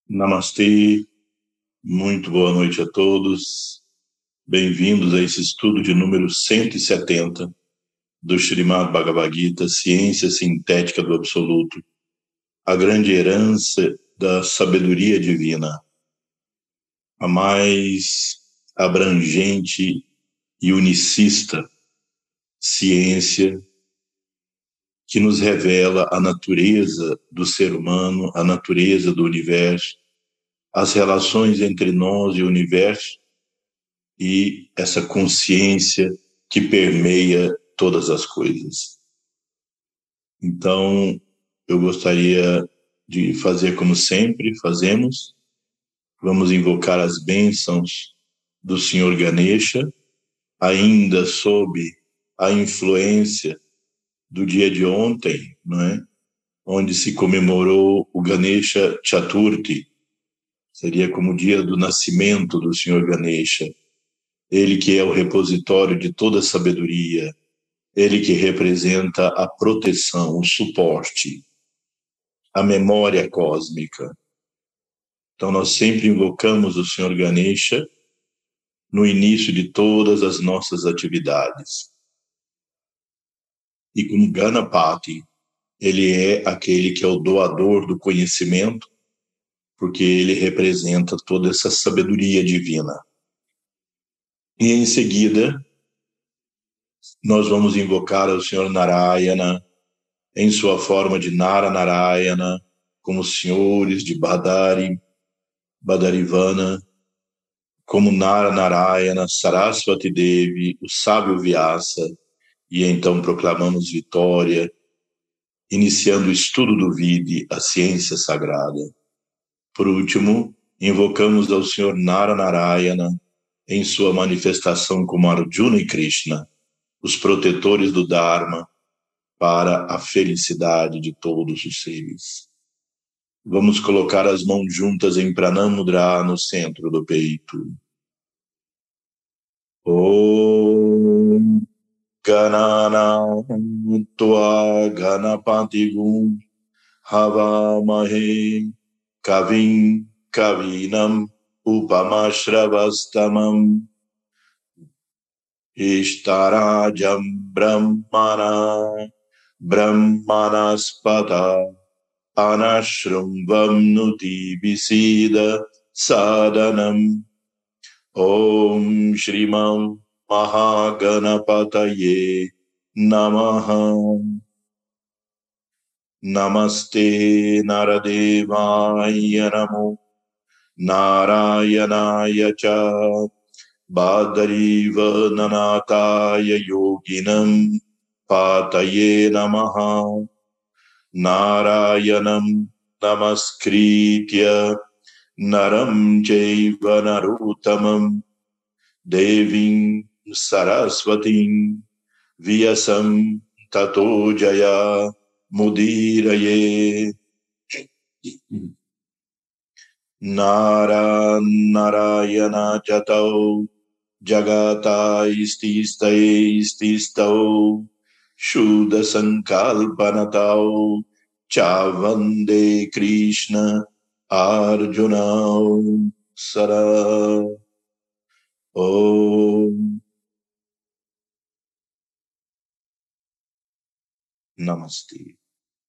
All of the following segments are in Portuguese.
Namastê, muito boa noite a todos. Bem-vindos a esse estudo de número 170 do Srimad Bhagavad Gita, Ciência Sintética do Absoluto, a grande herança da sabedoria divina, a mais abrangente e unicista ciência que nos revela a natureza do ser humano, a natureza do universo, as relações entre nós e o universo, e essa consciência que permeia todas as coisas. Então, eu gostaria de fazer como sempre fazemos. Vamos invocar as bênçãos do Senhor Ganesha, ainda sob a influência do dia de ontem, não é? Onde se comemorou o Ganesha Chaturthi, seria como o dia do nascimento do Senhor Ganesha. Ele que é o repositório de toda a sabedoria, ele que representa a proteção, o suporte, a memória cósmica. Então nós sempre invocamos o Senhor Ganesha no início de todas as nossas atividades. E como Ganapati, ele é aquele que é o doador do conhecimento, porque ele representa toda essa sabedoria divina. E em seguida, nós vamos invocar o Senhor Narayana, em sua forma de Nara Narayana, como os senhores de Badarivana, como Nara Narayana, Saraswati Devi, o sábio Vyasa, e então proclamamos vitória, iniciando o estudo do Vidi, a ciência sagrada. Por último, invocamos ao Senhor Nara Narayana, em sua manifestação como Arjuna e Krishna, os protetores do Dharma, para a felicidade de todos os seres. Vamos colocar as mãos juntas em Pranamudra no centro do peito. Om Ganana Tua Ganapatigum Havamahe Kavim Kavinam Upamashravastamam Ishtarajam Brahmanaspata Anashramvam Visida Sadhanam. Om Shrimam Mahaganapataye Namaha. Namaste Naradevaya Namo Narayanaya Cha Badariva Nanataya Yoginam Pataye Namaha. Narayanam Namaskritya Naram Jaiva Narutamam Devim Saraswatim Vyasam Tato Jaya Mudiraye. Narayana Jatau Jagata Ististau Shuddha Sankalpanatau Chavande Krishna Arjuna Sara. Om Namaste.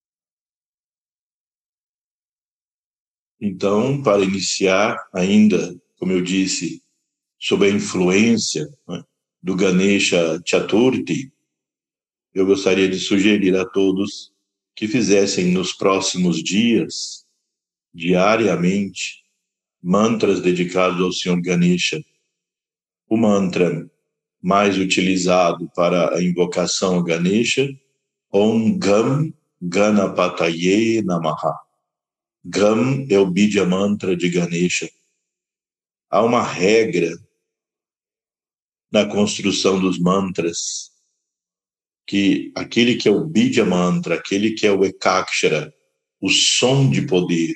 Então, para iniciar, ainda, como eu disse, sob a influência, né, do Ganesha Chaturthi, eu gostaria de sugerir a todos que fizessem nos próximos dias, diariamente, mantras dedicados ao Senhor Ganesha. O mantra mais utilizado para a invocação a Ganesha, Om Gam Ganapataye Namaha. Gam é o Bidya Mantra de Ganesha. Há uma regra na construção dos mantras, que aquele que é o Bidya Mantra, aquele que é o Ekakshara, o som de poder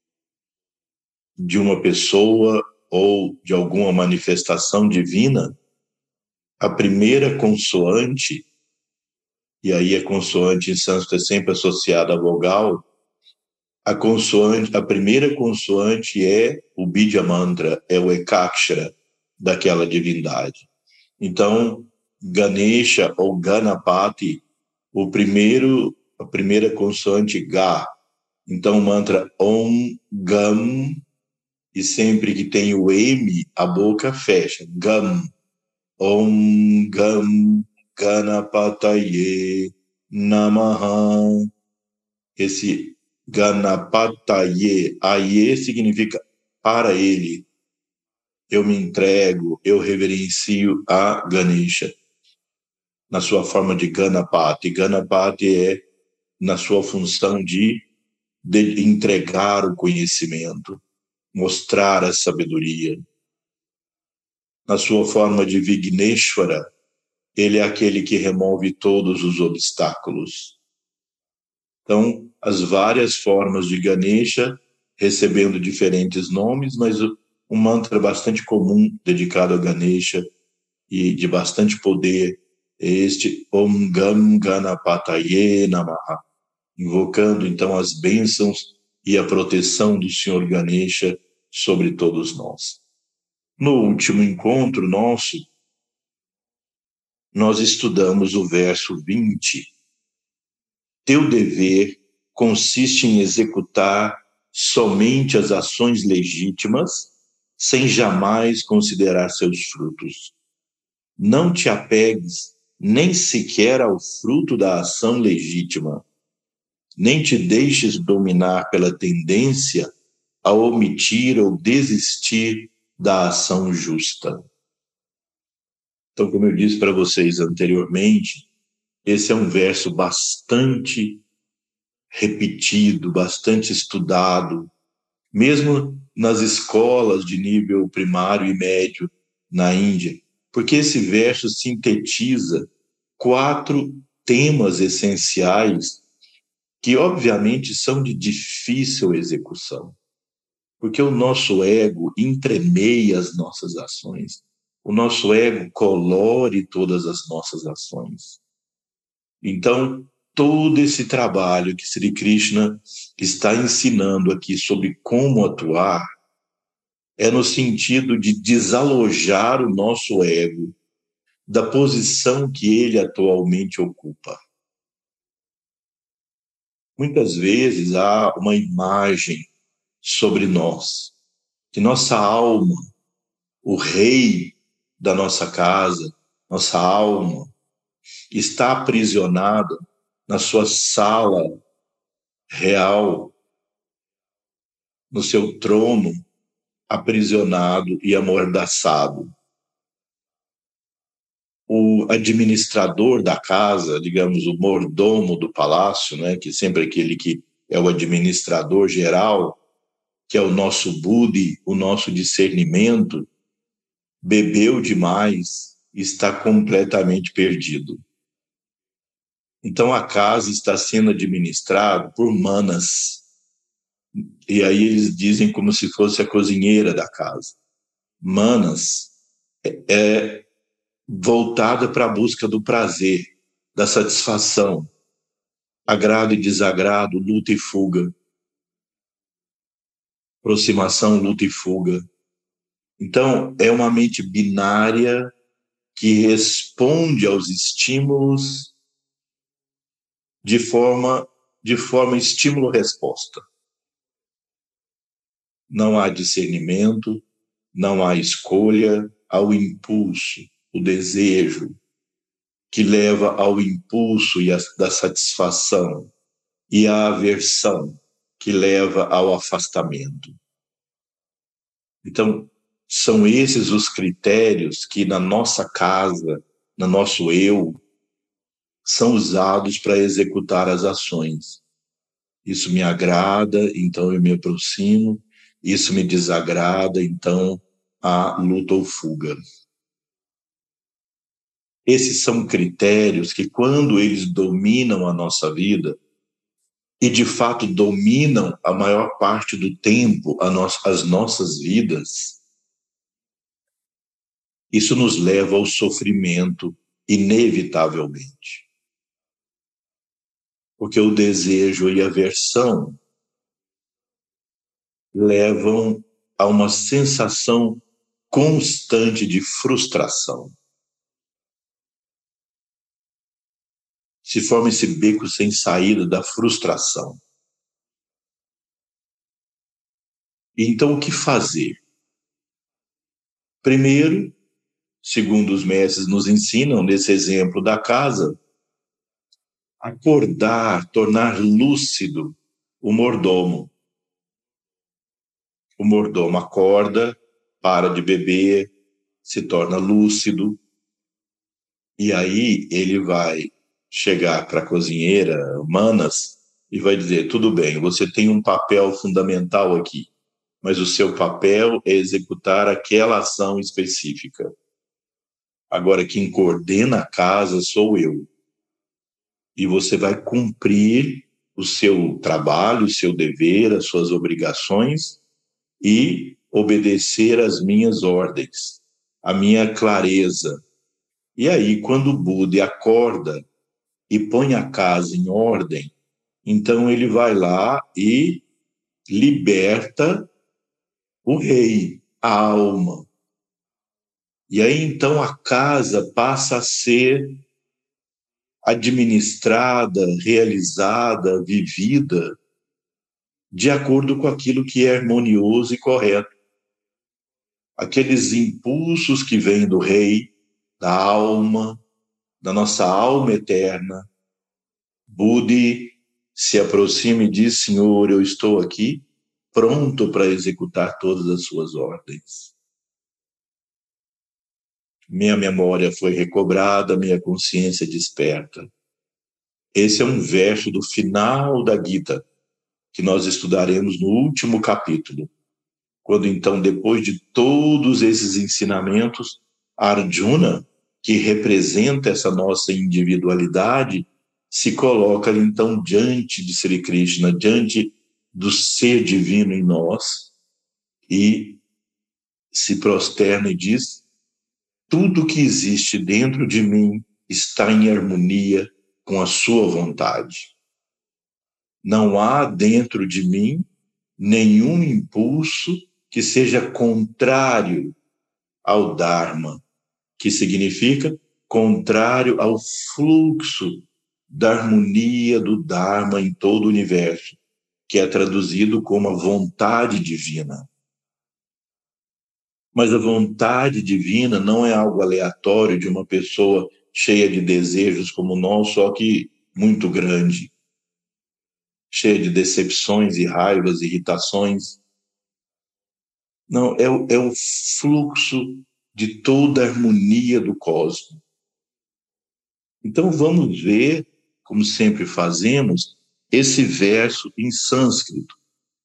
de uma pessoa ou de alguma manifestação divina, a primeira consoante, e aí a consoante em sânscrito é sempre associada à vogal, a primeira consoante é o Bija Mantra, é o Ekakshara daquela divindade. Então, Ganesha ou Ganapati, a primeira consoante Ga. Então, o mantra Om Gam, e sempre que tem o M, a boca fecha. Gam. Om Gam Ganapataye Namaha. Esse Ganapataye, Aye significa para ele. Eu me entrego, eu reverencio a Ganesha na sua forma de Ganapati. Ganapati é na sua função de entregar o conhecimento, mostrar a sabedoria. Na sua forma de Vigneshwara, ele é aquele que remove todos os obstáculos. Então, as várias formas de Ganesha, recebendo diferentes nomes, mas um mantra bastante comum dedicado a Ganesha e de bastante poder é este Om Gam Ganapataye Namaha, invocando então as bênçãos e a proteção do Senhor Ganesha sobre todos nós. No último encontro nosso, nós estudamos o verso 20. Teu dever consiste em executar somente as ações legítimas, sem jamais considerar seus frutos. Não te apegues nem sequer ao fruto da ação legítima, nem te deixes dominar pela tendência a omitir ou desistir da ação justa. Então, como eu disse para vocês anteriormente, esse é um verso bastante repetido, bastante estudado, mesmo nas escolas de nível primário e médio na Índia, porque esse verso sintetiza 4 temas essenciais que, obviamente, são de difícil execução, porque o nosso ego entremeia as nossas ações, o nosso ego colore todas as nossas ações. Então, todo esse trabalho que Sri Krishna está ensinando aqui sobre como atuar é no sentido de desalojar o nosso ego da posição que ele atualmente ocupa. Muitas vezes há uma imagem sobre nós, que nossa alma, o rei da nossa casa, nossa alma, está aprisionada na sua sala real, no seu trono, aprisionado e amordaçado. O administrador da casa, digamos, o mordomo do palácio, né, que sempre é aquele que é o administrador geral, que é o nosso buddhi, o nosso discernimento, bebeu demais, está completamente perdido. Então a casa está sendo administrada por manas. E aí eles dizem como se fosse a cozinheira da casa. Manas é voltada para a busca do prazer, da satisfação, agrado e desagrado, luta e fuga, aproximação, luta e fuga. Então, é uma mente binária que responde aos estímulos de forma estímulo-resposta. Não há discernimento, não há escolha, há o impulso, o desejo, que leva ao impulso da satisfação, e à aversão, que leva ao afastamento. Então, são esses os critérios que na nossa casa, no nosso eu, são usados para executar as ações. Isso me agrada, então eu me aproximo. Isso me desagrada, então há luta ou fuga. Esses são critérios que, quando eles dominam a nossa vida, e de fato dominam a maior parte do tempo as nossas vidas, isso nos leva ao sofrimento, inevitavelmente. Porque o desejo e a aversão levam a uma sensação constante de frustração. Se forma esse beco sem saída da frustração. Então, o que fazer? Primeiro, segundo os mestres nos ensinam, nesse exemplo da casa, acordar, tornar lúcido o mordomo. O mordomo acorda, para de beber, se torna lúcido, e aí ele vai chegar para a cozinheira, Manas, e vai dizer, tudo bem, você tem um papel fundamental aqui, mas o seu papel é executar aquela ação específica. Agora, quem coordena a casa sou eu. E você vai cumprir o seu trabalho, o seu dever, as suas obrigações e obedecer às minhas ordens, à minha clareza. E aí, quando o Buda acorda e põe a casa em ordem, então ele vai lá e liberta o rei, a alma. E aí, então, a casa passa a ser administrada, realizada, vivida, de acordo com aquilo que é harmonioso e correto. Aqueles impulsos que vêm do rei, da alma, da nossa alma eterna. Budi se aproxima e diz, Senhor, eu estou aqui, pronto para executar todas as suas ordens. Minha memória foi recobrada, minha consciência desperta. Esse é um verso do final da Gita, que nós estudaremos no último capítulo. Quando então, depois de todos esses ensinamentos, Arjuna, que representa essa nossa individualidade, se coloca então diante de Sri Krishna, diante do ser divino em nós, e se prosterna e diz, tudo que existe dentro de mim está em harmonia com a sua vontade. Não há dentro de mim nenhum impulso que seja contrário ao Dharma, que significa contrário ao fluxo da harmonia do Dharma em todo o universo, que é traduzido como a vontade divina. Mas a vontade divina não é algo aleatório de uma pessoa cheia de desejos como nós, só que muito grande, cheia de decepções e raivas, irritações. Não, é o fluxo de toda a harmonia do cosmos. Então vamos ver, como sempre fazemos, esse verso em sânscrito.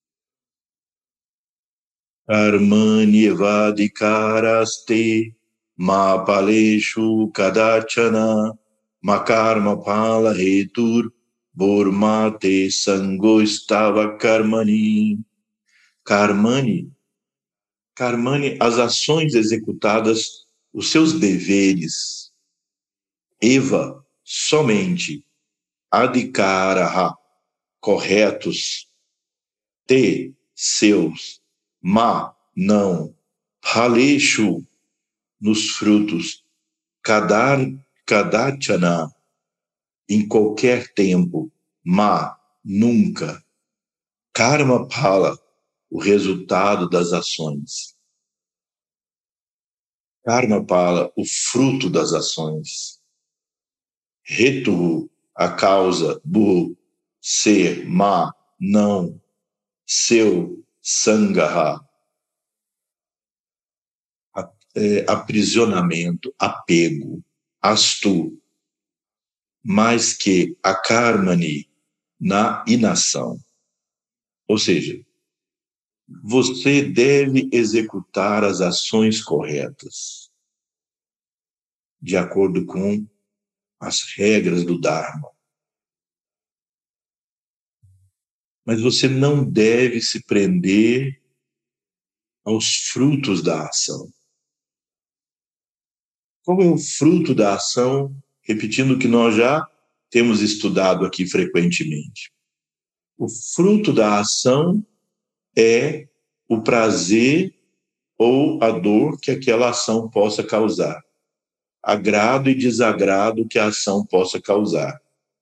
Karmani vadikaraste ma paleshu kadachana ma karma pala hetur burmate sangoistava karmani. Karmani, as ações executadas, os seus deveres. Eva, somente. Adhikaraha, corretos. Te, seus. Ma, não. Paleshu, nos frutos. Kadachana, em qualquer tempo. Ma, nunca. Karma pala, o resultado das ações. Karma pala, o fruto das ações. Hetu, a causa. Bu, ser. Ma, não. Seu, sangaha, aprisionamento, apego. Astu, mais que a karmani, na inação. Ou seja, você deve executar as ações corretas, de acordo com as regras do Dharma. Mas você não deve se prender aos frutos da ação. Qual é o fruto da ação? Repetindo o que nós já temos estudado aqui frequentemente. O fruto da ação é o prazer ou a dor que aquela ação possa causar, agrado e desagrado que a ação possa causar.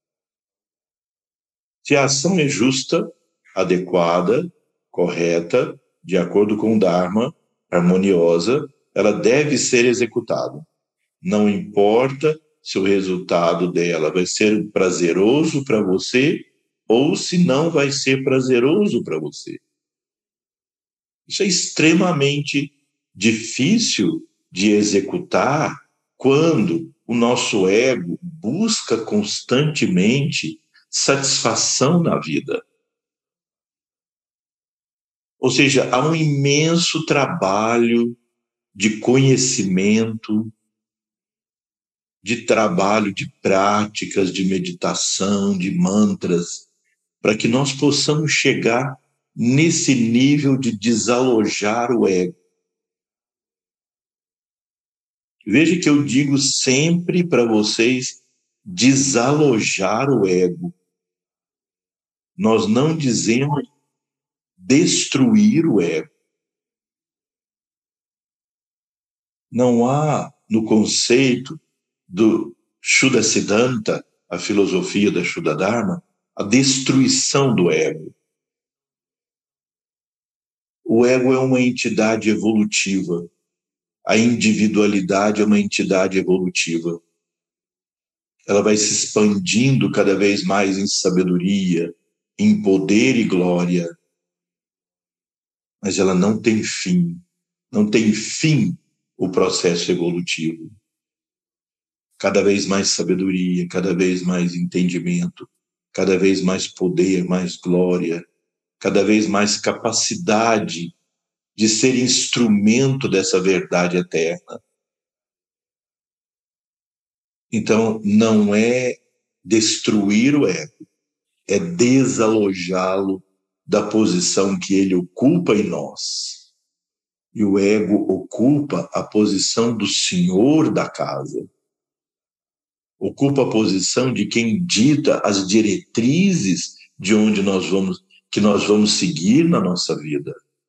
Se a ação é justa, adequada, correta, de acordo com o Dharma, harmoniosa, ela deve ser executada. Não importa se o resultado dela vai ser prazeroso para você ou se não vai ser prazeroso para você. Isso é extremamente difícil de executar quando o nosso ego busca constantemente satisfação na vida. Ou seja, há um imenso trabalho de conhecimento, de trabalho de práticas, de meditação, de mantras, para que nós possamos chegar nesse nível de desalojar o ego. Veja que eu digo sempre para vocês desalojar o ego. Nós não dizemos destruir o ego. Não há no conceito do Shuddha Siddhanta, a filosofia da Shuddha Dharma, a destruição do ego. O ego é uma entidade evolutiva. A individualidade é uma entidade evolutiva. Ela vai se expandindo cada vez mais em sabedoria, em poder e glória. Mas ela não tem fim. Não tem fim o processo evolutivo. Cada vez mais sabedoria, cada vez mais entendimento, cada vez mais poder, mais glória, cada vez mais capacidade de ser instrumento dessa verdade eterna. Então, não é destruir o ego, é desalojá-lo da posição que ele ocupa em nós. E o ego ocupa a posição do senhor da casa. Ocupa a posição de quem dita as diretrizes de onde que nós vamos seguir na nossa vida.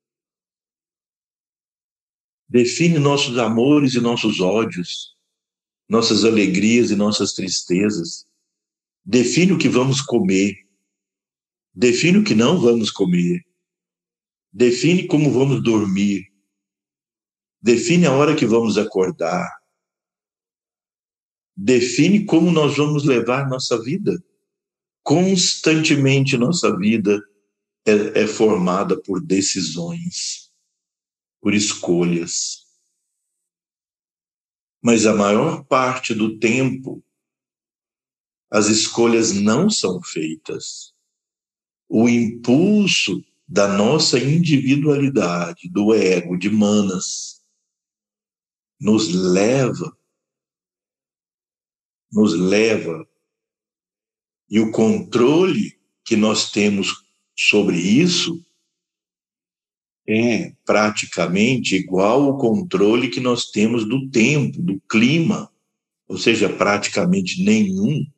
Define nossos amores e nossos ódios, nossas alegrias e nossas tristezas. Define o que vamos comer. Define o que não vamos comer. Define como vamos dormir. Define a hora que vamos acordar. Define como nós vamos levar nossa vida. Constantemente nossa vida é formada por decisões, por escolhas. Mas a maior parte do tempo, as escolhas não são feitas. O impulso da nossa individualidade, do ego, de manas, nos leva, e o controle que nós temos sobre isso é praticamente igual ao controle que nós temos do tempo, do clima, ou seja, praticamente nenhum.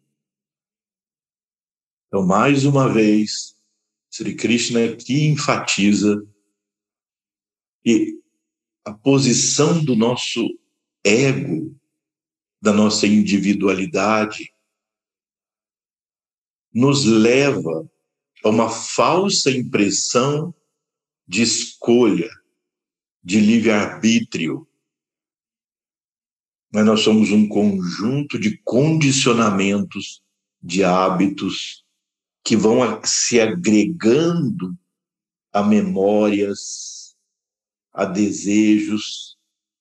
Então, mais uma vez, Sri Krishna aqui enfatiza que a posição do nosso ego, da nossa individualidade, nos leva a uma falsa impressão de escolha, de livre-arbítrio. Mas nós somos um conjunto de condicionamentos, de hábitos, que vão se agregando a memórias, a desejos,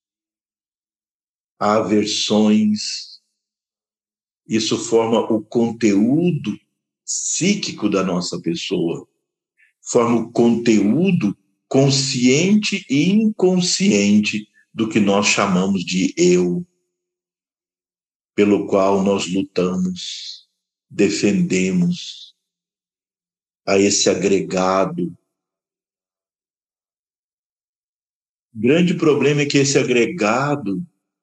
a aversões. Isso forma o conteúdo psíquico da nossa pessoa, forma o conteúdo consciente e inconsciente do que nós chamamos de eu, pelo qual nós lutamos, defendemos a esse agregado. O grande problema é que esse agregado,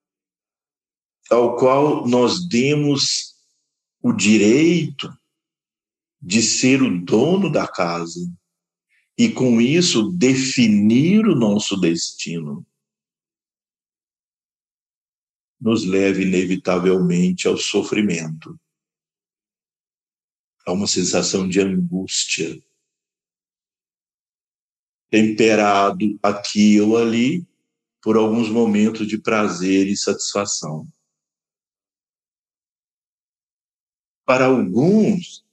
ao qual nós demos o direito de ser o dono da casa, e, com isso, definir o nosso destino, nos leva inevitavelmente ao sofrimento, a uma sensação de angústia, temperado aqui ou ali por alguns momentos de prazer e satisfação. Para alguns,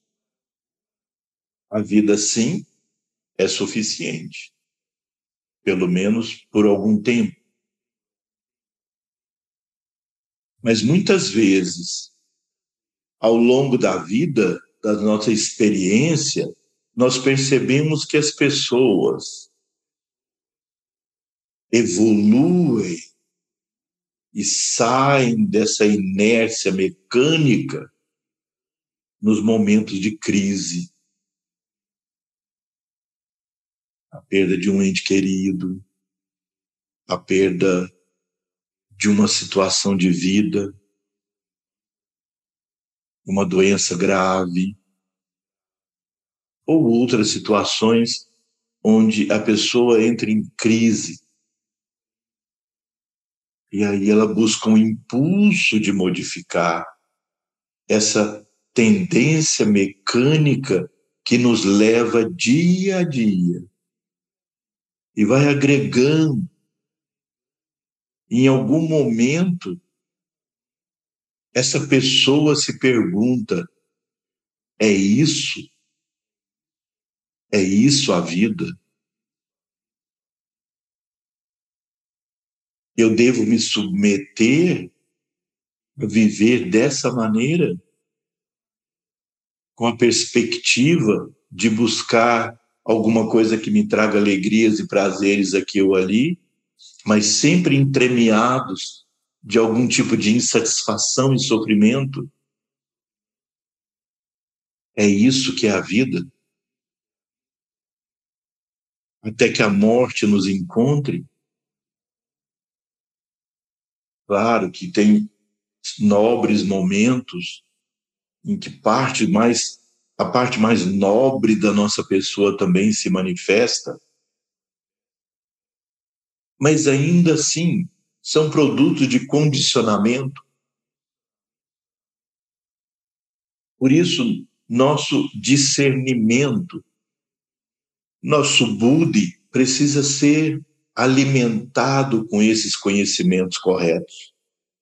a vida, sim, é suficiente, pelo menos por algum tempo. Mas muitas vezes, ao longo da vida, da nossa experiência, nós percebemos que as pessoas evoluem e saem dessa inércia mecânica nos momentos de crise. A perda de um ente querido, a perda de uma situação de vida, uma doença grave, ou outras situações onde a pessoa entra em crise. E aí ela busca um impulso de modificar essa tendência mecânica que nos leva dia a dia e vai agregando. Em algum momento, essa pessoa se pergunta: é isso? É isso a vida? Eu devo me submeter a viver dessa maneira? Com a perspectiva de buscar alguma coisa que me traga alegrias e prazeres aqui ou ali, mas sempre entremeados de algum tipo de insatisfação e sofrimento? É isso que é a vida? Até que a morte nos encontre? Claro que tem nobres momentos em que a parte mais nobre da nossa pessoa também se manifesta, mas ainda assim são produtos de condicionamento. Por isso, nosso discernimento, nosso Budi precisa ser alimentado com esses conhecimentos corretos.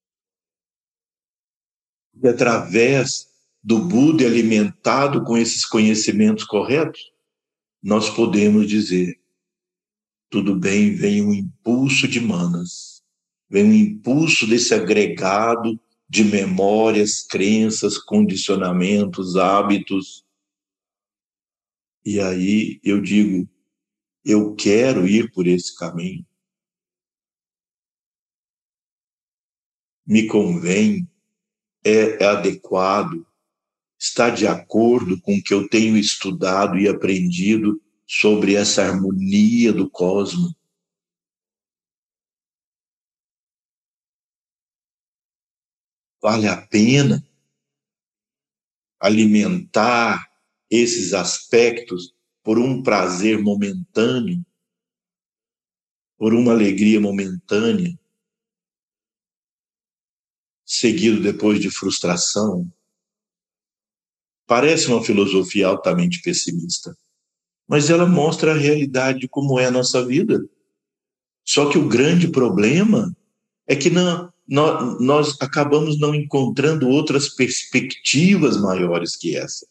E através do Budi alimentado com esses conhecimentos corretos, nós podemos dizer: tudo bem, vem um impulso de manas, vem um impulso desse agregado de memórias, crenças, condicionamentos, hábitos. E aí eu digo: eu quero ir por esse caminho, me convém, é adequado, está de acordo com o que eu tenho estudado e aprendido sobre essa harmonia do cosmos. Vale a pena alimentar esses aspectos por um prazer momentâneo, por uma alegria momentânea, seguido depois de frustração? Parece uma filosofia altamente pessimista, mas ela mostra a realidade de como é a nossa vida. Só que o grande problema é que nós acabamos não encontrando outras perspectivas maiores que essa.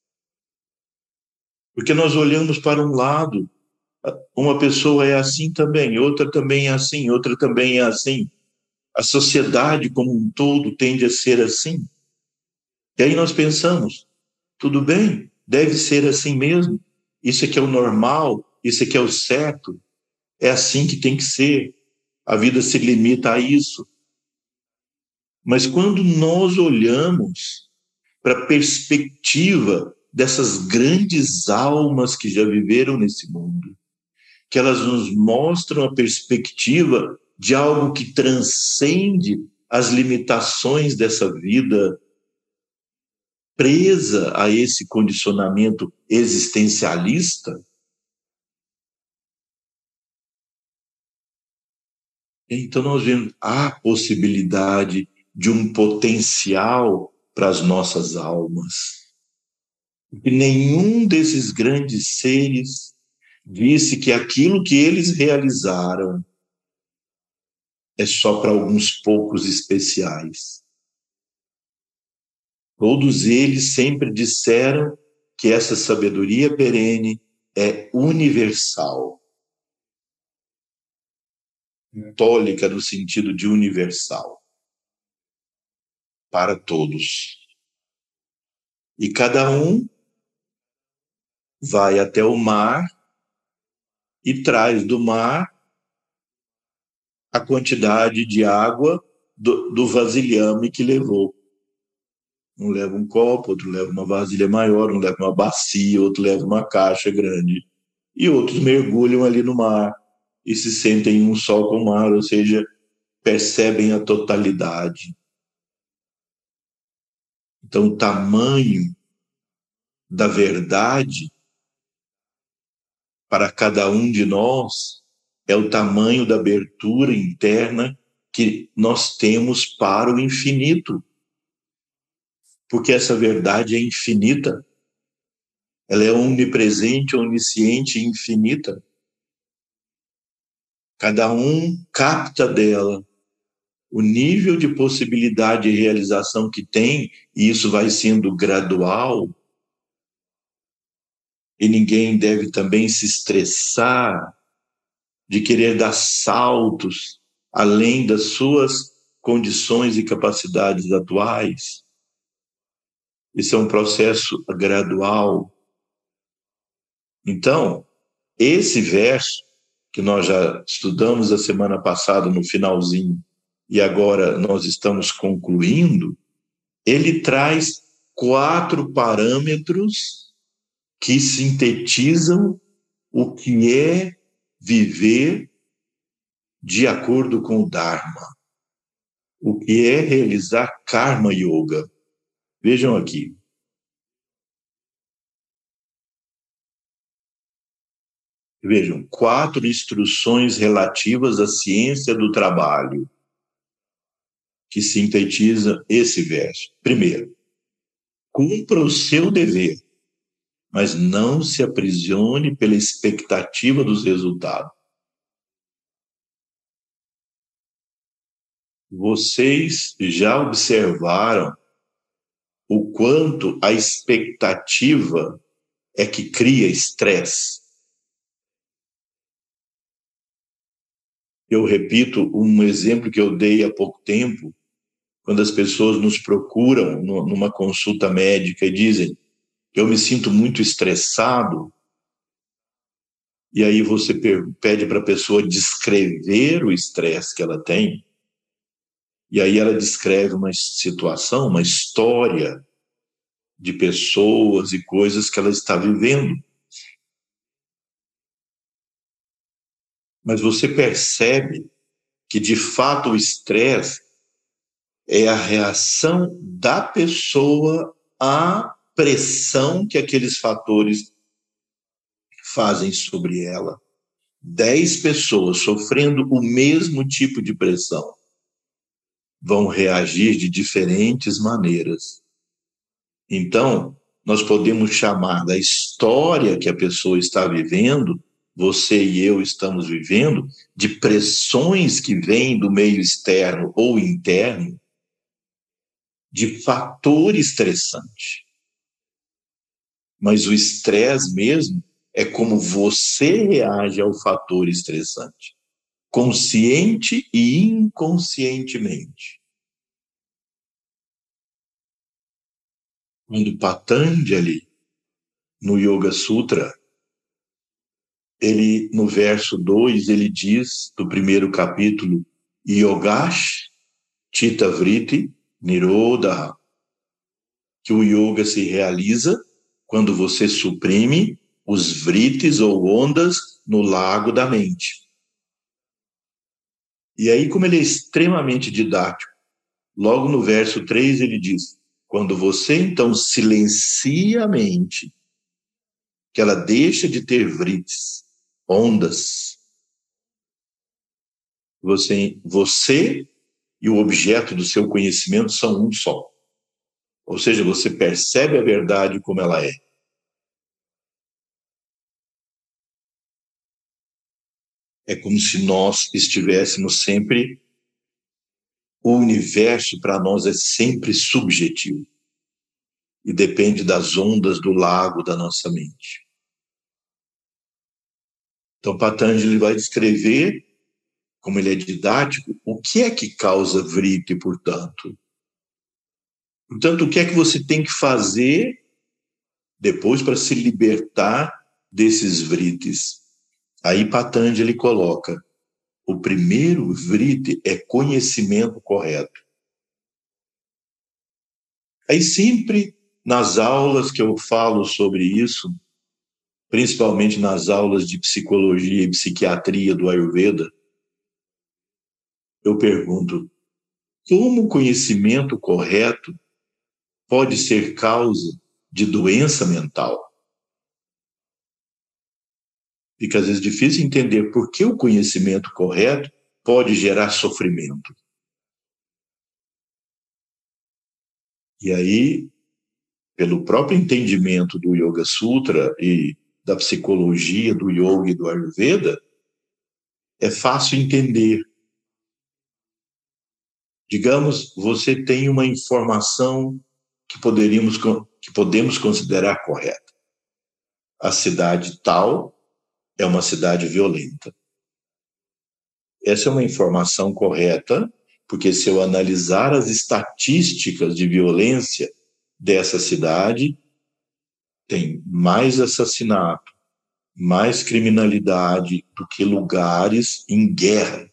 Porque nós olhamos para um lado, uma pessoa é assim também, outra também é assim, outra também é assim. A sociedade como um todo tende a ser assim. E aí nós pensamos: tudo bem, deve ser assim mesmo. Isso aqui é o normal, isso aqui é o certo. É assim que tem que ser. A vida se limita a isso. Mas quando nós olhamos para a perspectiva dessas grandes almas que já viveram nesse mundo, que elas nos mostram a perspectiva de algo que transcende as limitações dessa vida presa a esse condicionamento existencialista, Então nós vemos a possibilidade de um potencial para as nossas almas. E nenhum desses grandes seres disse que aquilo que eles realizaram é só para alguns poucos especiais. Todos eles sempre disseram que essa sabedoria perene é universal. Católica no sentido de universal. Para todos. E cada um vai até o mar e traz do mar a quantidade de água do vasilhame que levou. Um leva um copo, outro leva uma vasilha maior, um leva uma bacia, outro leva uma caixa grande. E outros mergulham ali no mar e se sentem um só com o mar, ou seja, percebem a totalidade. Então, o tamanho da verdade para cada um de nós é o tamanho da abertura interna que nós temos para o infinito. Porque essa verdade é infinita. Ela é onipresente, onisciente e infinita. Cada um capta dela o nível de possibilidade e realização que tem, e isso vai sendo gradual, e ninguém deve também se estressar de querer dar saltos além das suas condições e capacidades atuais. Isso é um processo gradual. Então, esse verso que nós já estudamos a semana passada no finalzinho e agora nós estamos concluindo, ele traz 4 parâmetros que sintetizam o que é viver de acordo com o Dharma, o que é realizar Karma Yoga. Vejam aqui. Vejam, 4 instruções relativas à ciência do trabalho, que sintetiza esse verso. Primeiro, cumpra o seu dever, mas não se aprisione pela expectativa dos resultados. Vocês já observaram o quanto a expectativa é que cria estresse? Eu repito um exemplo que eu dei há pouco tempo, quando as pessoas nos procuram numa consulta médica e dizem: eu me sinto muito estressado, e aí você pede para a pessoa descrever o estresse que ela tem, e aí ela descreve uma situação, uma história de pessoas e coisas que ela está vivendo. Mas você percebe que, de fato, o estresse é a reação da pessoa à pressão que aqueles fatores fazem sobre ela. 10 pessoas sofrendo o mesmo tipo de pressão vão reagir de diferentes maneiras. Então, nós podemos chamar da história que a pessoa está vivendo, você e eu estamos vivendo, de pressões que vêm do meio externo ou interno, de fator estressante. Mas o estresse mesmo é como você reage ao fator estressante, consciente e inconscientemente. Quando Patanjali, no Yoga Sutra, ele, no verso 2, ele diz, do primeiro capítulo, Yogash Chitta Vritti Nirodha, que o yoga se realiza quando você suprime os vritis ou ondas no lago da mente. E aí, como ele é extremamente didático, logo no verso 3 ele diz: quando você então silencia a mente, que ela deixa de ter vritis, ondas, você e o objeto do seu conhecimento são um só. Ou seja, você percebe a verdade como ela é. É como se nós estivéssemos sempre... O universo, para nós, é sempre subjetivo e depende das ondas do lago da nossa mente. Então, Patanjali vai descrever, como ele é didático, o que é que causa vritti, portanto. Portanto, o que é que você tem que fazer depois para se libertar desses vrittis? Aí Patanjali coloca: o primeiro vritti é conhecimento correto. Aí sempre nas aulas que eu falo sobre isso, principalmente nas aulas de psicologia e psiquiatria do Ayurveda, eu pergunto: como o conhecimento correto pode ser causa de doença mental? Fica às vezes difícil entender por que o conhecimento correto pode gerar sofrimento. E aí, pelo próprio entendimento do Yoga Sutra e da psicologia do Yoga e do Ayurveda, é fácil entender. Digamos, você tem uma informação que podemos considerar correta. A cidade tal é uma cidade violenta. Essa é uma informação correta, porque se eu analisar as estatísticas de violência dessa cidade, tem mais assassinato, mais criminalidade do que lugares em guerra,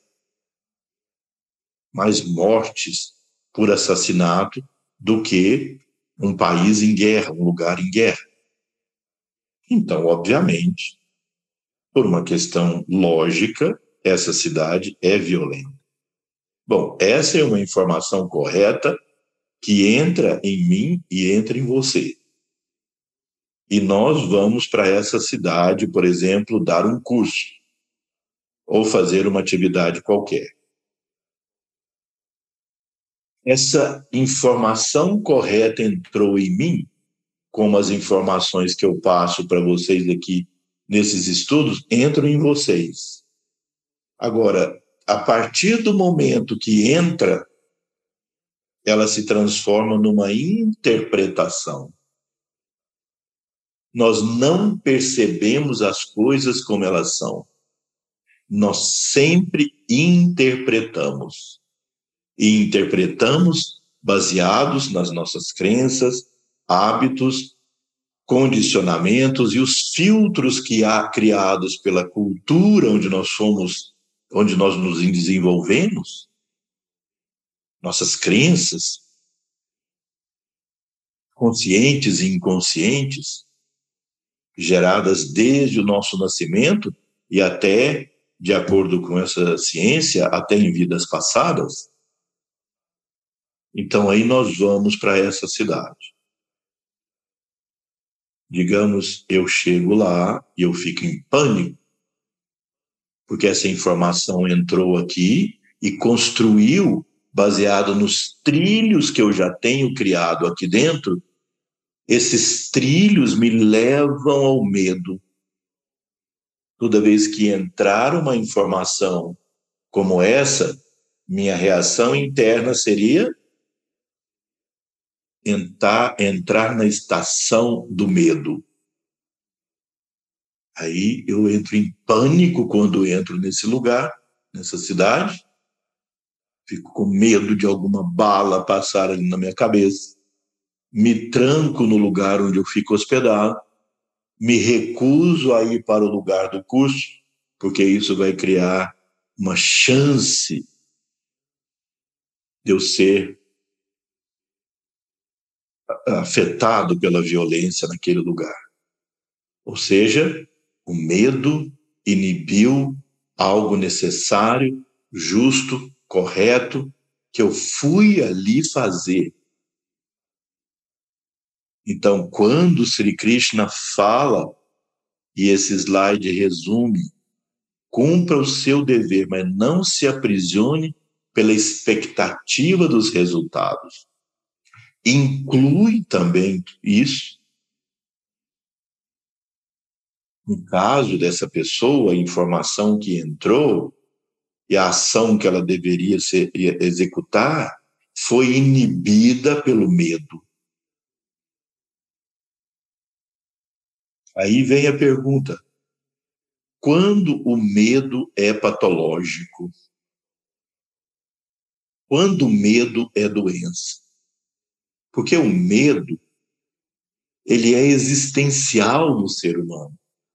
mais mortes por assassinato do que um país em guerra, um lugar em guerra. Então, obviamente, por uma questão lógica, essa cidade é violenta. Bom, essa é uma informação correta que entra em mim e entra em você. E nós vamos para essa cidade, por exemplo, dar um curso ou fazer uma atividade qualquer. Essa informação correta entrou em mim, como as informações que eu passo para vocês aqui nesses estudos entram em vocês. Agora, a partir do momento que entra, ela se transforma numa interpretação. Nós não percebemos as coisas como elas são. Nós sempre interpretamos. E interpretamos baseados nas nossas crenças, hábitos, condicionamentos e os filtros que há criados pela cultura onde nós somos, onde nós nos desenvolvemos, nossas crenças, conscientes e inconscientes, geradas desde o nosso nascimento e até, de acordo com essa ciência, até em vidas passadas. Então aí nós vamos para essa cidade. Digamos, eu chego lá e eu fico em pânico, porque essa informação entrou aqui e construiu, baseado nos trilhos que eu já tenho criado aqui dentro, esses trilhos me levam ao medo. Toda vez que entrar uma informação como essa, minha reação interna seria entrar na estação do medo. Aí eu entro em pânico quando entro nesse lugar, nessa cidade, fico com medo de alguma bala passar ali na minha cabeça, me tranco no lugar onde eu fico hospedado, me recuso a ir para o lugar do curso, porque isso vai criar uma chance de eu ser afetado pela violência naquele lugar. Ou seja, o medo inibiu algo necessário, justo, correto, que eu fui ali fazer. Então, quando Sri Krishna fala, e esse slide resume Cumpra o seu dever, mas não se aprisione pela expectativa dos resultados. Inclui também isso, no caso dessa pessoa, a informação que entrou e a ação que ela deveria executar foi inibida pelo medo. Aí vem a pergunta: quando o medo é patológico? Quando o medo é doença? Porque o medo, ele é existencial no ser humano.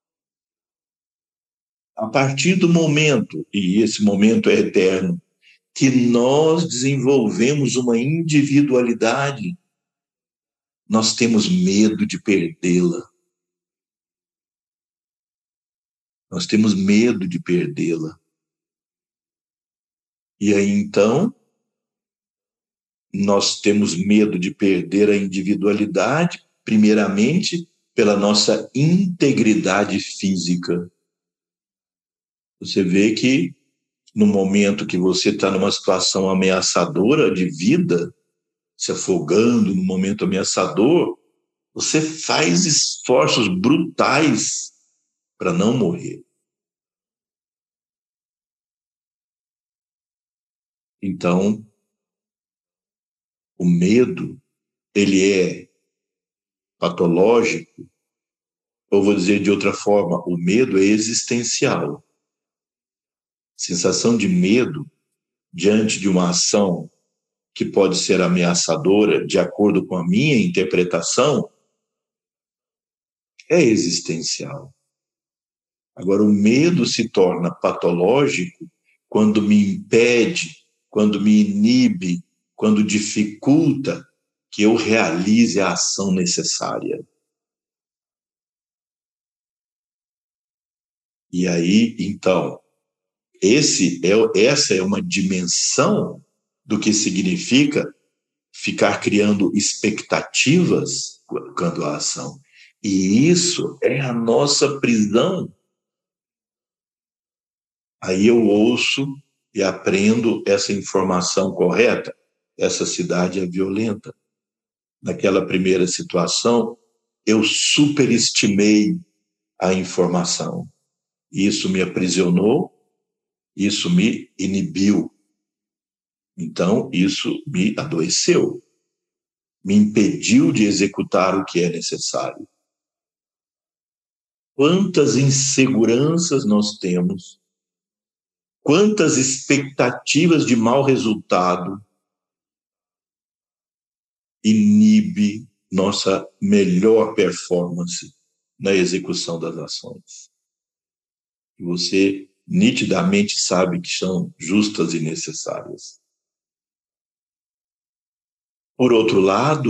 A partir do momento, e esse momento é eterno, que nós desenvolvemos uma individualidade, nós temos medo de perdê-la. Nós temos medo de perdê-la. E aí, então, nós temos medo de perder a individualidade, primeiramente, pela nossa integridade física. Você vê que, no momento que você está numa situação ameaçadora de vida, se afogando num momento ameaçador, você faz esforços brutais para não morrer. Então, o medo, ele é patológico, ou vou dizer de outra forma, o medo é existencial. Sensação de medo diante de uma ação que pode ser ameaçadora, de acordo com a minha interpretação, é existencial. Agora, o medo se torna patológico quando me impede, quando me inibe, quando dificulta que eu realize a ação necessária. E aí, então, essa é uma dimensão do que significa ficar criando expectativas quando a ação. E isso é a nossa prisão. Aí eu ouço e aprendo essa informação correta. Essa cidade é violenta. Naquela primeira situação, eu superestimei a informação. Isso me aprisionou, isso me inibiu. Então, isso me adoeceu, me impediu de executar o que é necessário. Quantas inseguranças nós temos, quantas expectativas de mau resultado inibe nossa melhor performance na execução das ações. E você nitidamente sabe que são justas e necessárias. Por outro lado,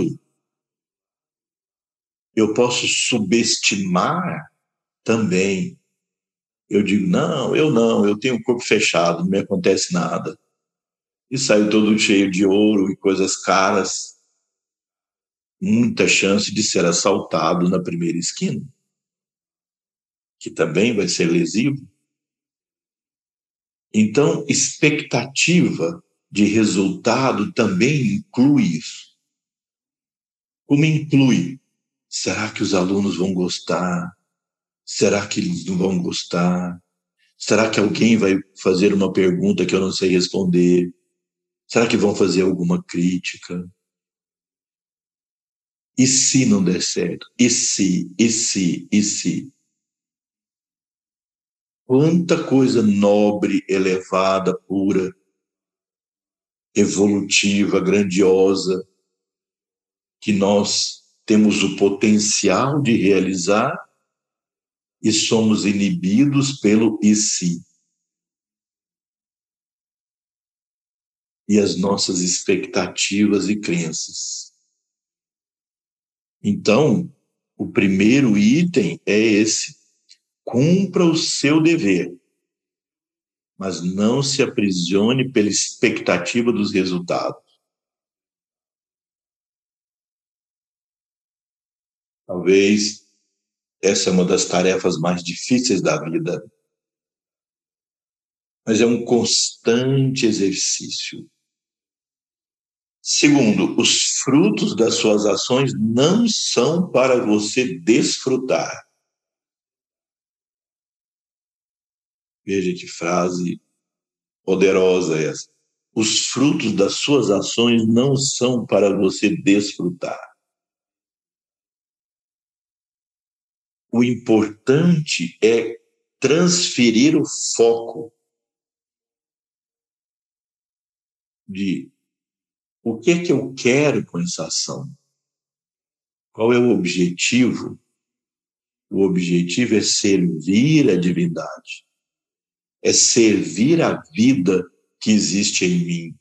eu posso subestimar também. Eu digo, não, eu tenho o corpo fechado, não me acontece nada. E saio todo cheio de ouro e coisas caras. Muita chance de ser assaltado na primeira esquina, que também vai ser lesivo. Então, expectativa de resultado também inclui isso. Como inclui? Será que os alunos vão gostar? Será que eles não vão gostar? Será que alguém vai fazer uma pergunta que eu não sei responder? Será que vão fazer alguma crítica? E se não der certo? E se, e se, e se? Quanta coisa nobre, elevada, pura, evolutiva, grandiosa, que nós temos o potencial de realizar e somos inibidos pelo e se. E as nossas expectativas e crenças. Então, o primeiro item é esse: cumpra o seu dever, mas não se aprisione pela expectativa dos resultados. Talvez essa é uma das tarefas mais difíceis da vida, mas é um constante exercício. Segundo, os frutos das suas ações não são para você desfrutar. Veja que frase poderosa essa. Os frutos das suas ações não são para você desfrutar. O importante é transferir o foco de o que é que eu quero com essa ação? Qual é o objetivo? O objetivo é servir a divindade, é servir a vida que existe em mim.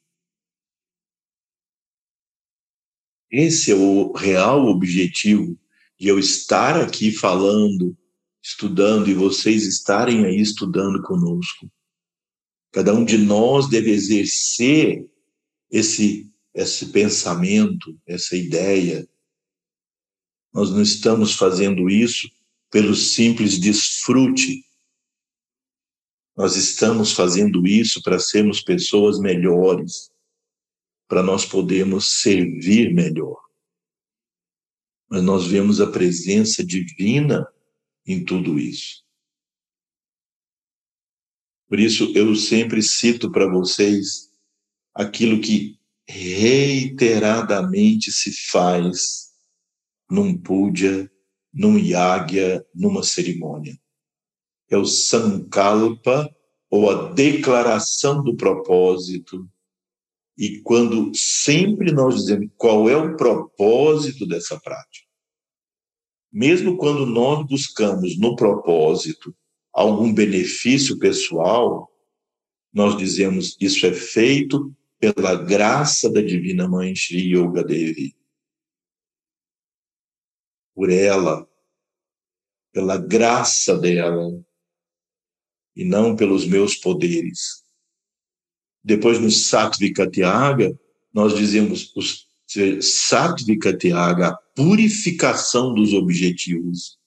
Esse é o real objetivo de eu estar aqui falando, estudando, e vocês estarem aí estudando conosco. Cada um de nós deve exercer esse pensamento, essa ideia. Nós não estamos fazendo isso pelo simples desfrute. Nós estamos fazendo isso para sermos pessoas melhores, para nós podermos servir melhor. Mas nós vemos a presença divina em tudo isso. Por isso, eu sempre cito para vocês aquilo que reiteradamente se faz num puja, num yagya, numa cerimônia. É o sankalpa, ou a declaração do propósito. E quando sempre nós dizemos qual é o propósito dessa prática, mesmo quando nós buscamos no propósito algum benefício pessoal, nós dizemos isso é feito pela graça da Divina Mãe Shri Yoga Devi. Por ela, pela graça dela, e não pelos meus poderes. Depois, no Sattvika Tyaga, nós dizemos Sattvika Tyaga, a purificação dos objetivos.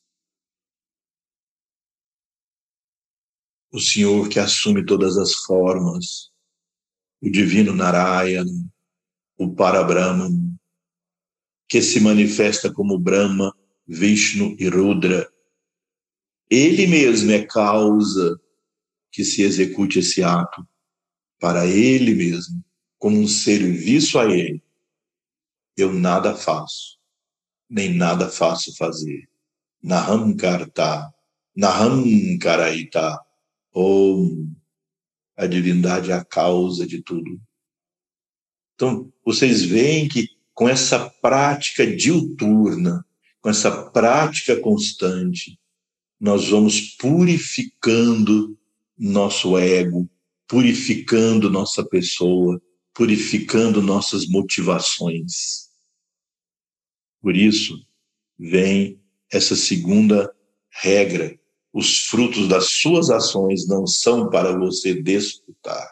O Senhor que assume todas as formas, o Divino Narayana, o Parabrahman, que se manifesta como Brahma, Vishnu e Rudra. Ele mesmo é causa que se execute esse ato para ele mesmo, como um serviço a ele. Eu nada faço, nem nada faço fazer. Naham karta, naham karaita. Om, a divindade é a causa de tudo. Então, vocês veem que com essa prática diuturna, com essa prática constante, nós vamos purificando nosso ego, purificando nossa pessoa, purificando nossas motivações. Por isso, vem essa segunda regra: os frutos das suas ações não são para você desfrutar.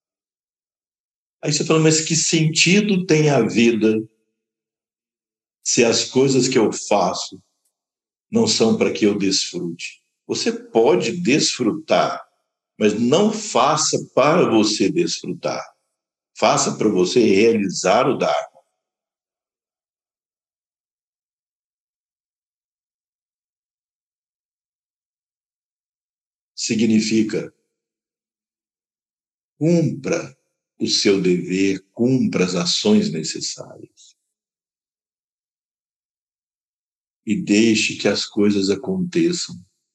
Aí você fala, mas que sentido tem a vida se as coisas que eu faço não são para que eu desfrute? Você pode desfrutar, mas não faça para você desfrutar. Faça para você realizar o Dharma. Significa, cumpra o seu dever, cumpra as ações necessárias. E deixe que as coisas aconteçam.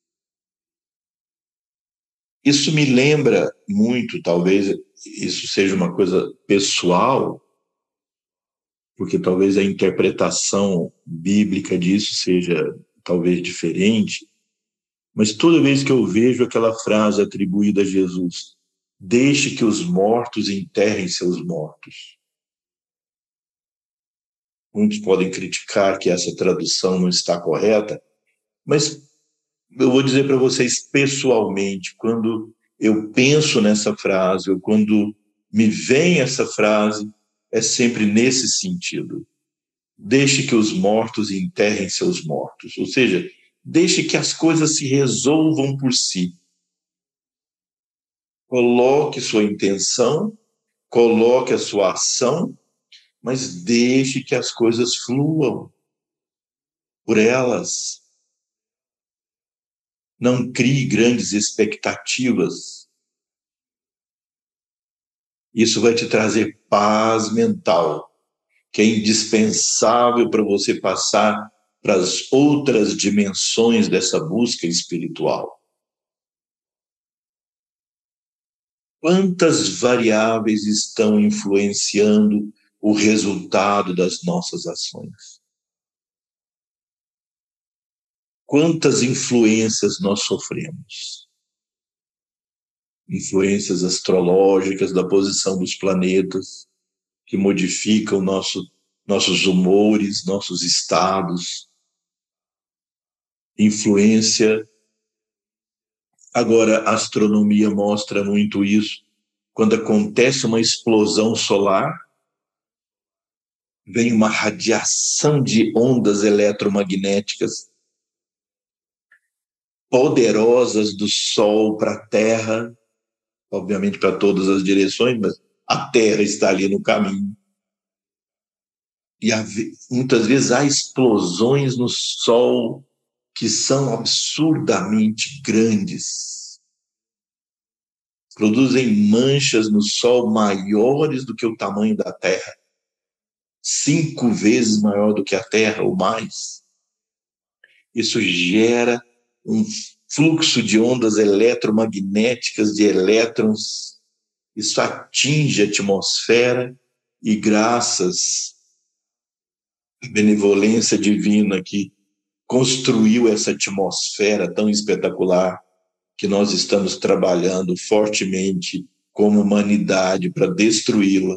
Isso me lembra muito, talvez isso seja uma coisa pessoal, porque talvez a interpretação bíblica disso seja talvez diferente, mas toda vez que eu vejo aquela frase atribuída a Jesus, deixe que os mortos enterrem seus mortos. Muitos podem criticar que essa tradução não está correta, mas eu vou dizer para vocês pessoalmente, quando eu penso nessa frase, ou quando me vem essa frase, é sempre nesse sentido. Deixe que os mortos enterrem seus mortos, ou seja, deixe que as coisas se resolvam por si. Coloque sua intenção, coloque a sua ação, mas deixe que as coisas fluam por elas. Não crie grandes expectativas. Isso vai te trazer paz mental, que é indispensável para você passar para as outras dimensões dessa busca espiritual. Quantas variáveis estão influenciando o resultado das nossas ações? Quantas influências nós sofremos? Influências astrológicas da posição dos planetas, que modificam nossos humores, nossos estados. Influência. Agora, a astronomia mostra muito isso. Quando acontece uma explosão solar, vem uma radiação de ondas eletromagnéticas poderosas do Sol para a Terra, obviamente para todas as direções, mas a Terra está ali no caminho. E muitas vezes há explosões no Sol que são absurdamente grandes. Produzem manchas no Sol maiores do que o tamanho da Terra. 5 vezes maior do que a Terra ou mais. Isso gera um fluxo de ondas eletromagnéticas, de elétrons. Isso atinge a atmosfera e, graças à benevolência divina que construiu essa atmosfera tão espetacular, que nós estamos trabalhando fortemente como humanidade para destruí-la.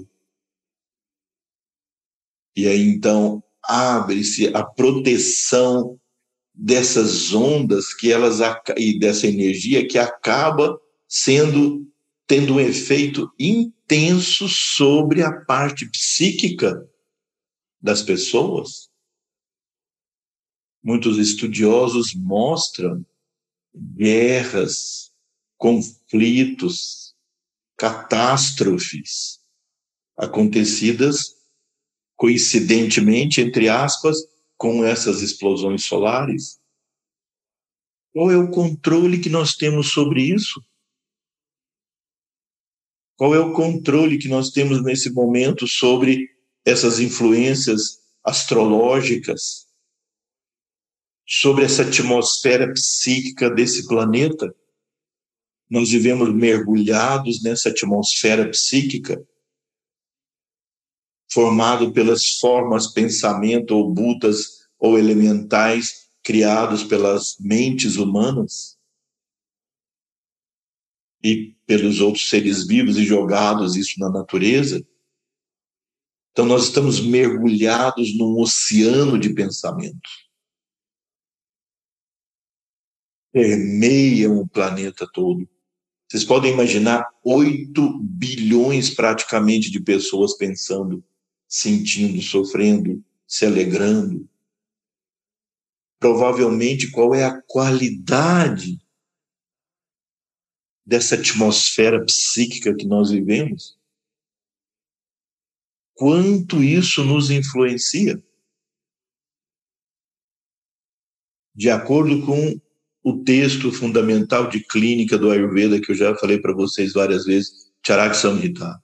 E aí, então, abre-se a proteção dessas ondas e dessa energia que acaba tendo um efeito intenso sobre a parte psíquica das pessoas. Muitos estudiosos mostram guerras, conflitos, catástrofes acontecidas coincidentemente, entre aspas, com essas explosões solares. Qual é o controle que nós temos sobre isso? Qual é o controle que nós temos nesse momento sobre essas influências astrológicas, sobre essa atmosfera psíquica desse planeta? Nós vivemos mergulhados nessa atmosfera psíquica, formado pelas formas pensamento ou butas ou elementais criados pelas mentes humanas e pelos outros seres vivos e jogados isso na natureza. Então nós estamos mergulhados num oceano de pensamentos. Permeiam o planeta todo. Vocês podem imaginar 8 bilhões praticamente de pessoas pensando, sentindo, sofrendo, se alegrando. Provavelmente, qual é a qualidade dessa atmosfera psíquica que nós vivemos? Quanto isso nos influencia? De acordo com o texto fundamental de clínica do Ayurveda, que eu já falei para vocês várias vezes, Charak Samhita.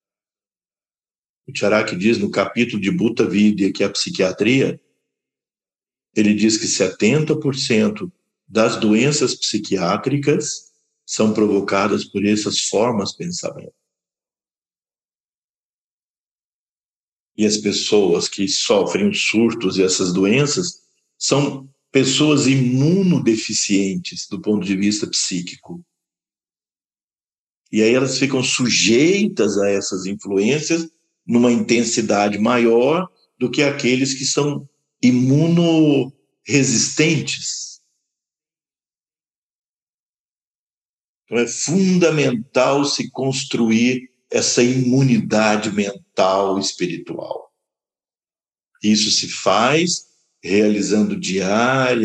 O Charak diz no capítulo de Bhuta Vidya, que é a psiquiatria, ele diz que 70% das doenças psiquiátricas são provocadas por essas formas de pensamento. E as pessoas que sofrem os surtos e essas doenças são pessoas imunodeficientes do ponto de vista psíquico. E aí elas ficam sujeitas a essas influências numa intensidade maior do que aqueles que são imunoresistentes. Então é fundamental se construir essa imunidade mental e espiritual. Isso se faz realizando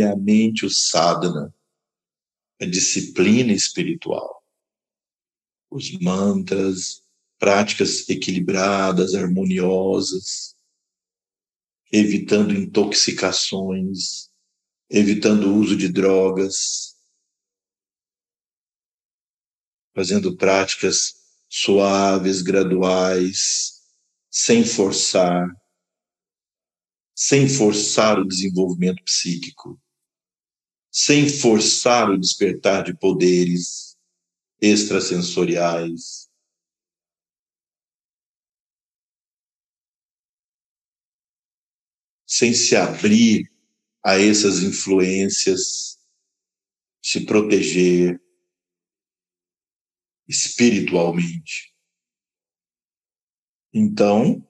diariamente o sadhana, a disciplina espiritual. os mantras, práticas equilibradas, harmoniosas, evitando intoxicações, evitando o uso de drogas, fazendo práticas suaves, graduais, sem forçar o desenvolvimento psíquico, sem forçar o despertar de poderes extrasensoriais. Sem se abrir a essas influências, se proteger espiritualmente. Então,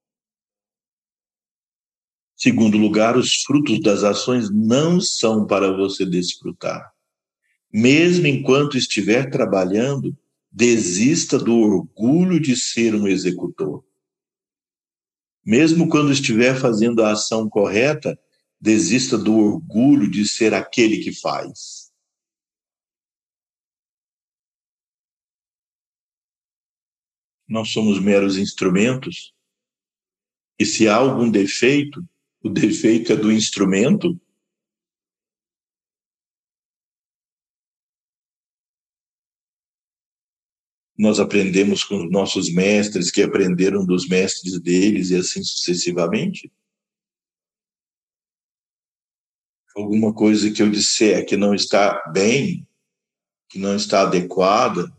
segundo lugar, os frutos das ações não são para você desfrutar. Mesmo enquanto estiver trabalhando, desista do orgulho de ser um executor. Mesmo quando estiver fazendo a ação correta, desista do orgulho de ser aquele que faz. Nós somos meros instrumentos, e se há algum defeito, o defeito é do instrumento. Nós aprendemos com os nossos mestres, que aprenderam dos mestres deles, e assim sucessivamente. Alguma coisa que eu disser que não está bem, que não está adequada,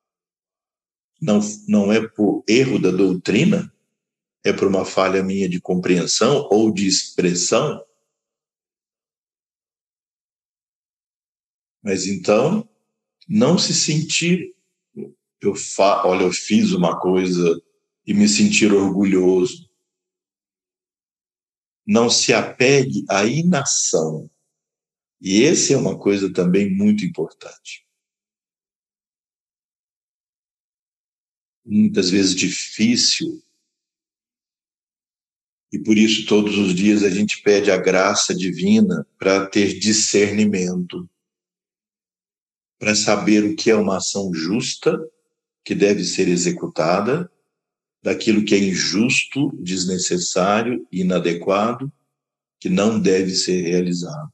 não é por erro da doutrina, é por uma falha minha de compreensão ou de expressão. Mas então, não se sentir, olha, eu fiz uma coisa e me sentir orgulhoso. Não se apegue à inação. E essa é uma coisa também muito importante. Muitas vezes difícil, e por isso todos os dias a gente pede a graça divina para ter discernimento, para saber o que é uma ação justa, que deve ser executada, daquilo que é injusto, desnecessário, inadequado, que não deve ser realizado.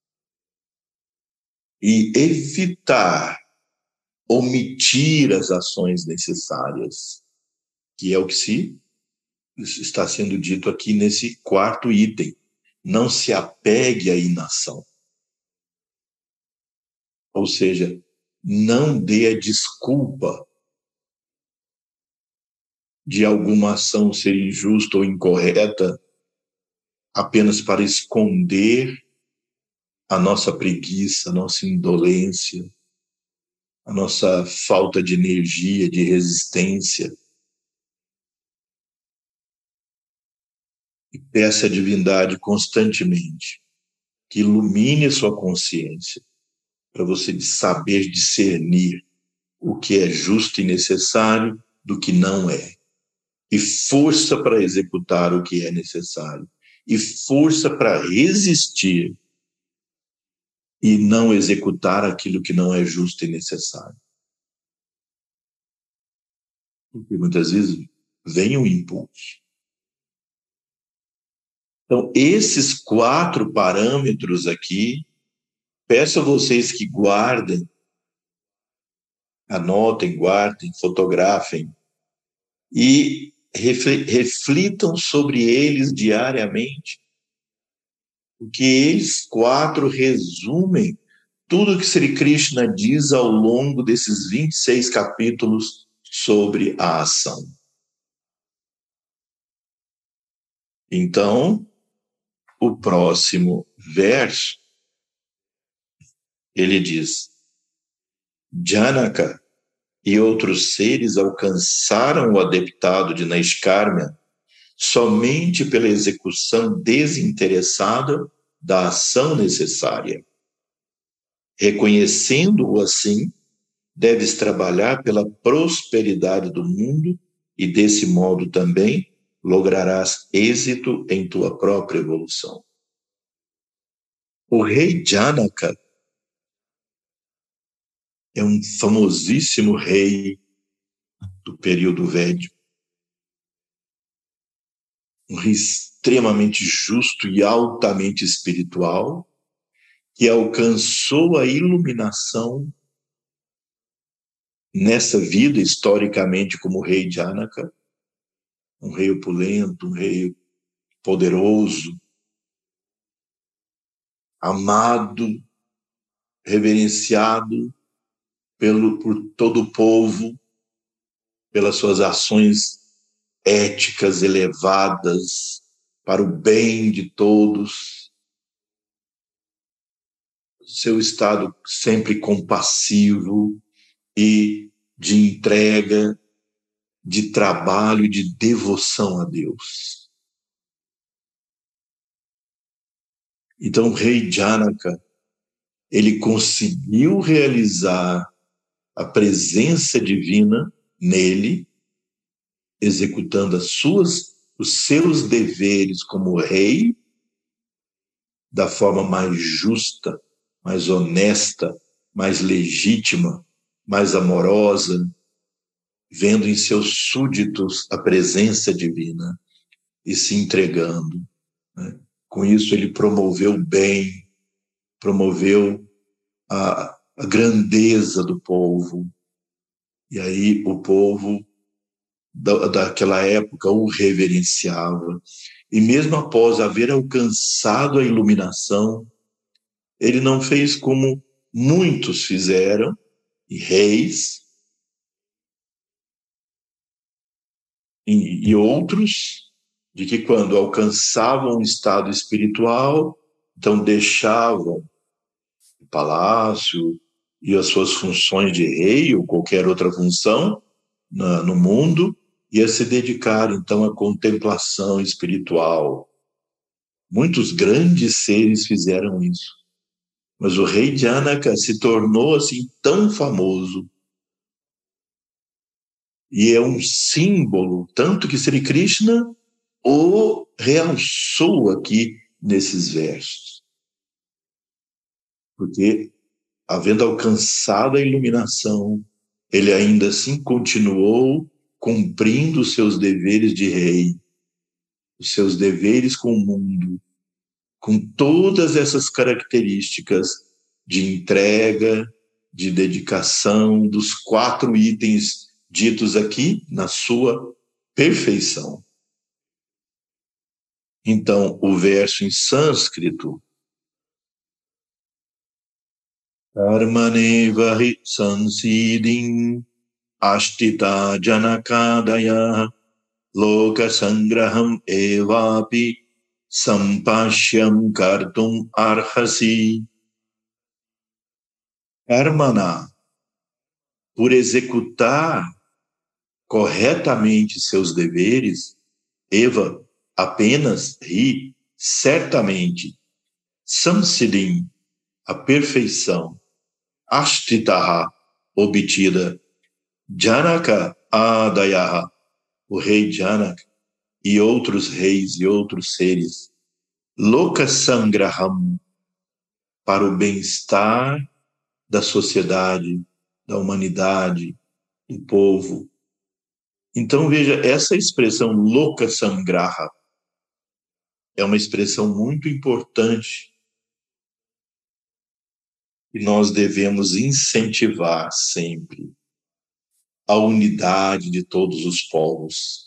E evitar omitir as ações necessárias, que é o que está sendo dito aqui nesse quarto item. Não se apegue à inação. Ou seja, não dê a desculpa de alguma ação ser injusta ou incorreta apenas para esconder a nossa preguiça, a nossa indolência, a nossa falta de energia, de resistência. E peça à divindade constantemente que ilumine a sua consciência para você saber discernir o que é justo e necessário do que não é. E força para executar o que é necessário. E força para resistir e não executar aquilo que não é justo e necessário. Porque muitas vezes vem um impulso. Então, esses 4 parâmetros aqui, peço a vocês que guardem, anotem, guardem, fotografem e reflitam sobre eles diariamente, porque eles 4 resumem tudo que Sri Krishna diz ao longo desses 26 capítulos sobre a ação. Então, o próximo verso, ele diz: Janaka e outros seres alcançaram o adeptado de Naiskarmya somente pela execução desinteressada da ação necessária. Reconhecendo-o assim, deves trabalhar pela prosperidade do mundo e, desse modo também, lograrás êxito em tua própria evolução. O rei Janaka é um famosíssimo rei do período védico, um rei extremamente justo e altamente espiritual, que alcançou a iluminação nessa vida, historicamente, como o rei Janaka, um rei opulento, um rei poderoso, amado, reverenciado por todo o povo, pelas suas ações éticas elevadas para o bem de todos, seu estado sempre compassivo e de entrega, de trabalho, de devoção a Deus. Então, o rei Janaka, ele conseguiu realizar a presença divina nele, executando os seus deveres como rei da forma mais justa, mais honesta, mais legítima, mais amorosa, vendo em seus súditos a presença divina e se entregando, né? Com isso, ele promoveu o bem, promoveu a grandeza do povo. E aí o povo daquela época o reverenciava. E mesmo após haver alcançado a iluminação, ele não fez como muitos fizeram, e reis, e outros, de que quando alcançavam um estado espiritual, então deixavam o palácio e as suas funções de rei ou qualquer outra função no mundo, ia se dedicar então à contemplação espiritual. Muitos grandes seres fizeram isso, mas o rei Janaka se tornou assim tão famoso e é um símbolo, tanto que Sri Krishna o realçou aqui nesses versos, porque havendo alcançado a iluminação, ele ainda assim continuou cumprindo os seus deveres de rei, os seus deveres com o mundo, com todas essas características de entrega, de dedicação, dos 4 itens ditos aqui, na sua perfeição. Então, o verso em sânscrito, Karmane vahi sansidin ashtita janakadaya loka sangraham evapi sampashyam kartum arhasi. Karmana, por executar corretamente seus deveres, Eva apenas ri, certamente. Samsiddhin, a perfeição. Ashtitaha, obtida. Janaka Adayaha, o rei Janaka, e outros reis e outros seres. Lokasangraham, para o bem-estar da sociedade, da humanidade, do povo. Então, veja, essa expressão Lokasangraha é uma expressão muito importante e nós devemos incentivar sempre a unidade de todos os povos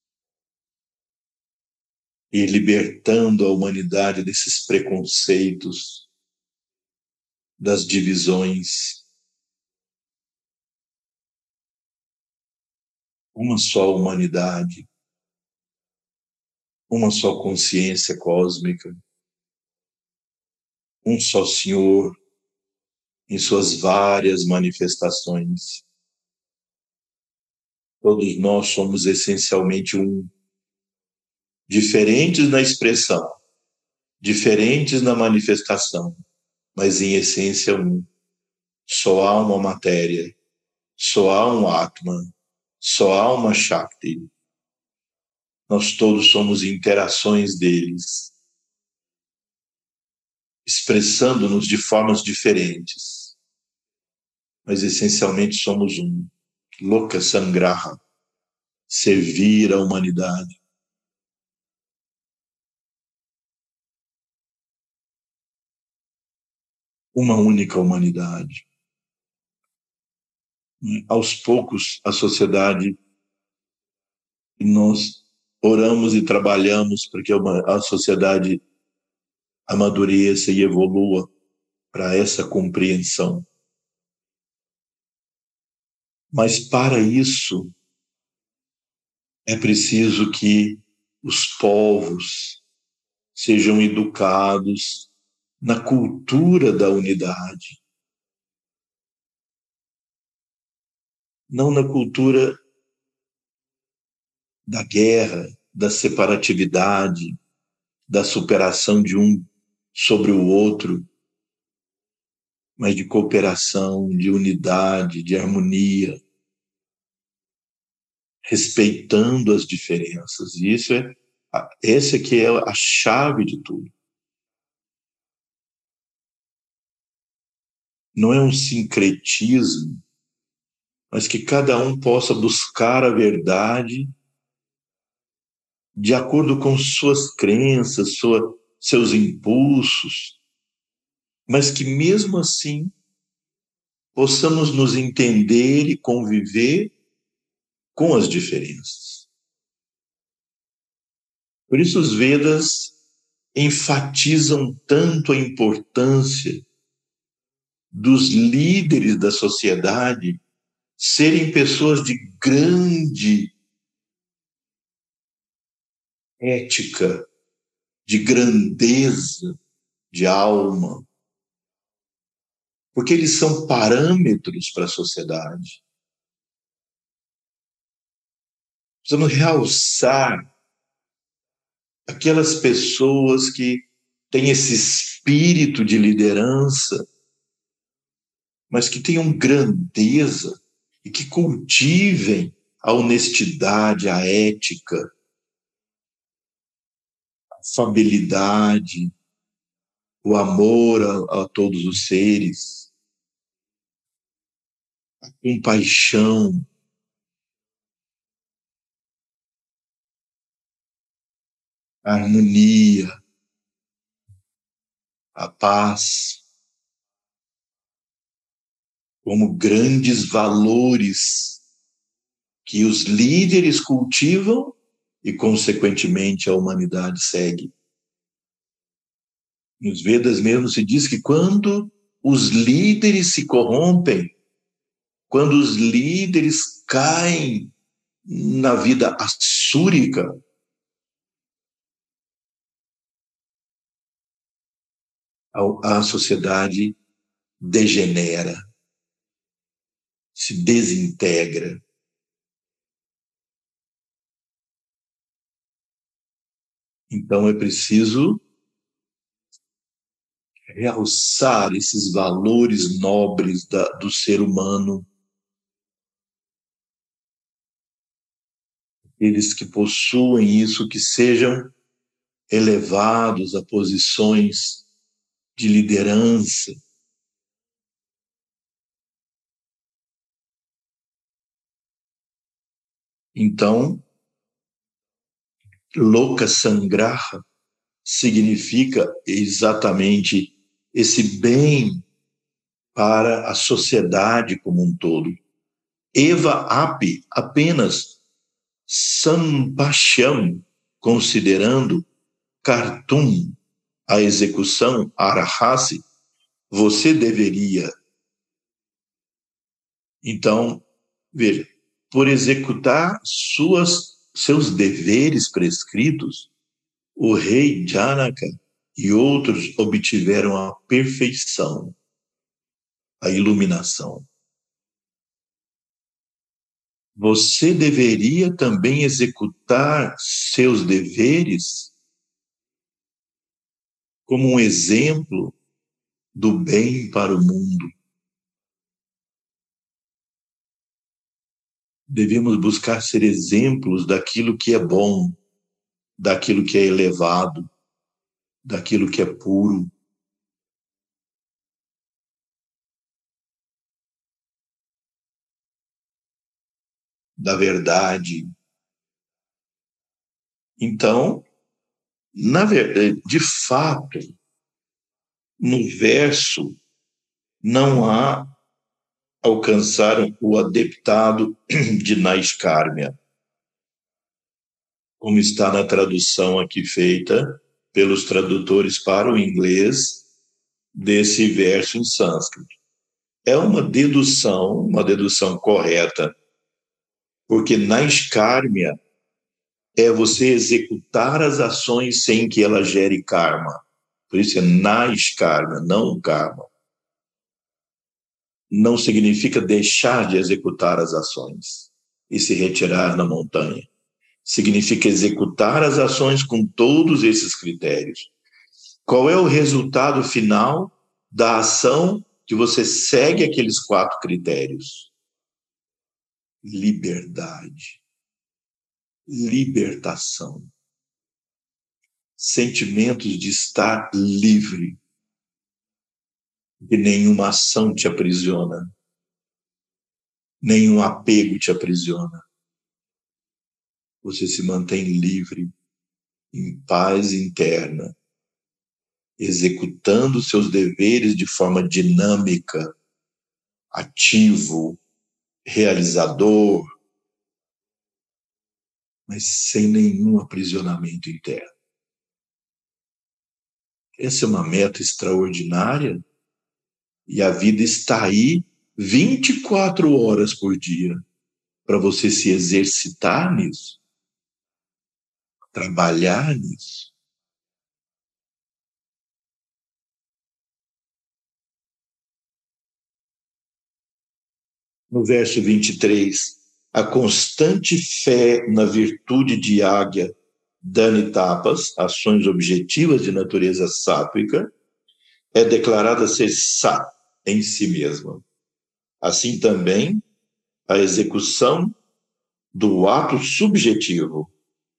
e libertando a humanidade desses preconceitos, das divisões. Uma só humanidade, uma só consciência cósmica, um só Senhor em suas várias manifestações. Todos nós somos essencialmente um, diferentes na expressão, diferentes na manifestação, mas em essência um. Só há uma matéria, só há um Atman, só há uma Shakti. Nós todos somos interações deles, expressando-nos de formas diferentes, mas essencialmente somos um. Loka Sangraha, servir a humanidade. Uma única humanidade. Aos poucos, a sociedade, nós oramos e trabalhamos para que a sociedade amadureça e evolua para essa compreensão. Mas para isso, é preciso que os povos sejam educados na cultura da unidade, não na cultura da guerra, da separatividade, da superação de um sobre o outro, mas de cooperação, de unidade, de harmonia, respeitando as diferenças. E essa que é a chave de tudo. Não é um sincretismo, mas que cada um possa buscar a verdade de acordo com suas crenças, seus impulsos, mas que mesmo assim possamos nos entender e conviver com as diferenças. Por isso os Vedas enfatizam tanto a importância dos líderes da sociedade serem pessoas de grande ética, de grandeza de alma, porque eles são parâmetros para a sociedade. Precisamos realçar aquelas pessoas que têm esse espírito de liderança, mas que tenham grandeza e que cultivem a honestidade, a ética, a afabilidade, o amor a todos os seres, a compaixão, a harmonia, a paz, como grandes valores que os líderes cultivam e, consequentemente, a humanidade segue. Nos Vedas mesmo se diz que quando os líderes se corrompem, quando os líderes caem na vida assúrica, a sociedade degenera, se desintegra. Então é preciso realçar esses valores nobres do ser humano, eles que possuem isso, que sejam elevados a posições de liderança. Então, Loka Sangraha significa exatamente esse bem para a sociedade como um todo. Eva api, apenas sampashyam, considerando Kartum, a execução, arahasi, você deveria. Então, veja, por executar seus deveres prescritos, o rei Janaka e outros obtiveram a perfeição, a iluminação. Você deveria também executar seus deveres como um exemplo do bem para o mundo. Devemos buscar ser exemplos daquilo que é bom, daquilo que é elevado, daquilo que é puro. da verdade. Então, na verdade, de fato, no verso não há alcançar o adeptado de Naiskármia, como está na tradução aqui feita pelos tradutores para o inglês desse verso em sânscrito. É uma dedução correta, porque Naiskármia é você executar as ações sem que ela gere karma. Por isso é Naiskármia, não karma. Não significa deixar de executar as ações e se retirar na montanha. Significa executar as ações com todos esses critérios. Qual é o resultado final da ação que você segue aqueles 4 critérios? Liberdade, libertação, sentimentos de estar livre, que nenhuma ação te aprisiona, nenhum apego te aprisiona. Você se mantém livre, em paz interna, executando seus deveres de forma dinâmica, ativo, realizador, mas sem nenhum aprisionamento interno. Essa é uma meta extraordinária e a vida está aí 24 horas por dia para você se exercitar nisso, trabalhar nisso. No verso 23, a constante fé na virtude de águia, dane tapas, ações objetivas de natureza sátrica, é declarada ser sat em si mesma. Assim também, a execução do ato subjetivo.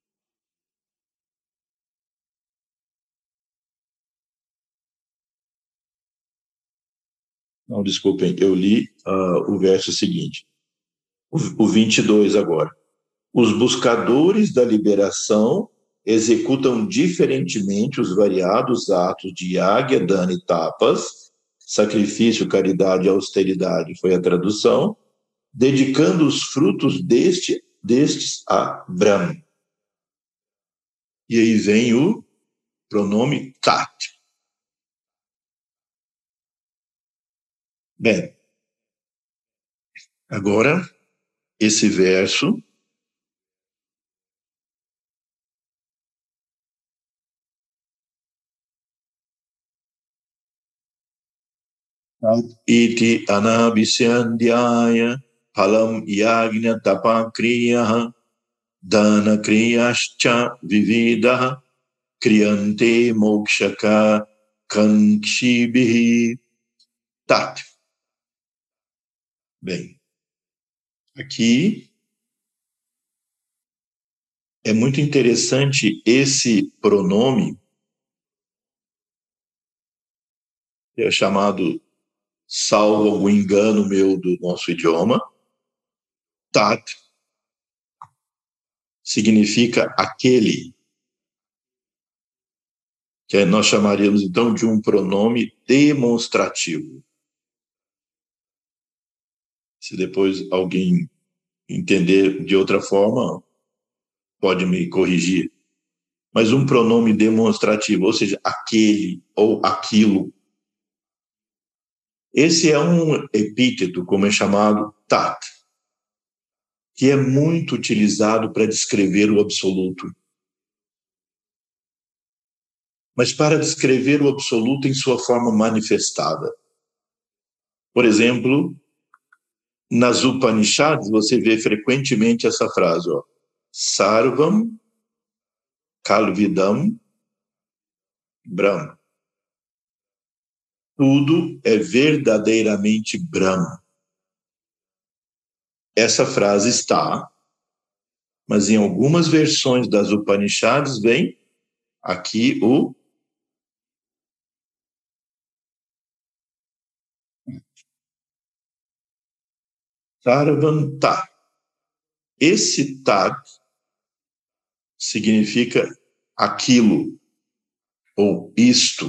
Não, desculpem, eu li o verso seguinte, o 22 agora. Os buscadores da liberação executam diferentemente os variados atos de águia, dana e tapas, sacrifício, caridade e austeridade, foi a tradução, dedicando os frutos destes a Brahma. E aí vem o pronome tat. Bem, agora esse verso iti anabhisyandhyaya phalam yagna tapakriyaha dana kriyascha vividaha kriyante mokshaka kankshibihi tat. Bem, aqui é muito interessante esse pronome, que é chamado, salvo algum engano meu do nosso idioma, tat significa aquele, que nós chamaríamos então de um pronome demonstrativo. Se depois alguém entender de outra forma, pode me corrigir. Mas um pronome demonstrativo, ou seja, aquele ou aquilo. Esse é um epíteto, como é chamado, tat, que é muito utilizado para descrever o absoluto. Mas para descrever o absoluto em sua forma manifestada. Por exemplo, nas Upanishads, você vê frequentemente essa frase, ó, Sarvam Kalvidam Brahma. Tudo é verdadeiramente Brahma. Essa frase está, mas em algumas versões das Upanishads vem aqui o Sarvanta. esse tat significa aquilo, ou isto.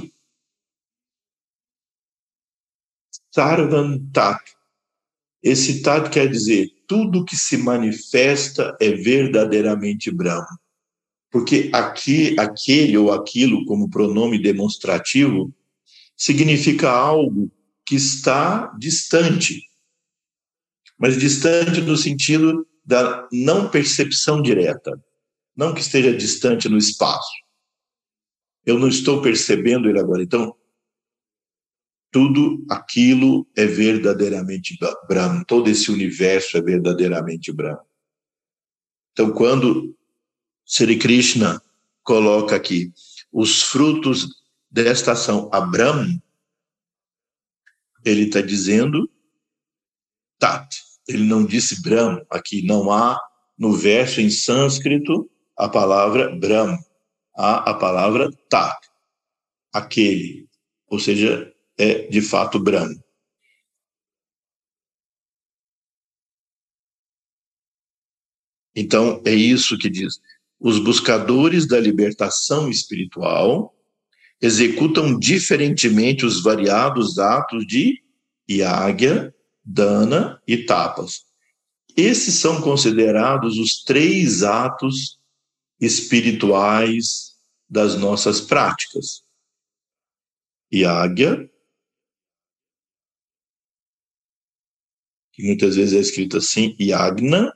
Sarvam tat. Esse tat quer dizer tudo que se manifesta é verdadeiramente Brahma. Porque aqui, aquele ou aquilo, como pronome demonstrativo, significa algo que está distante, mas distante no sentido da não percepção direta, não que esteja distante no espaço. Eu não estou percebendo ele agora. Então, tudo aquilo é verdadeiramente Brahma, todo esse universo é verdadeiramente Brahma. Então, quando Sri Krishna coloca aqui os frutos desta ação a Brahma, ele está dizendo Tat. Ele não disse Brahma. Aqui não há no verso em sânscrito a palavra Brahma. Há a palavra Tat, aquele. Ou seja, é de fato Brahma. Então, é isso que diz. Os buscadores da libertação espiritual executam diferentemente os variados atos de yagya, dana e tapas. Esses são considerados os 3 atos espirituais das nossas práticas. Yagya, que muitas vezes é escrito assim, yagna,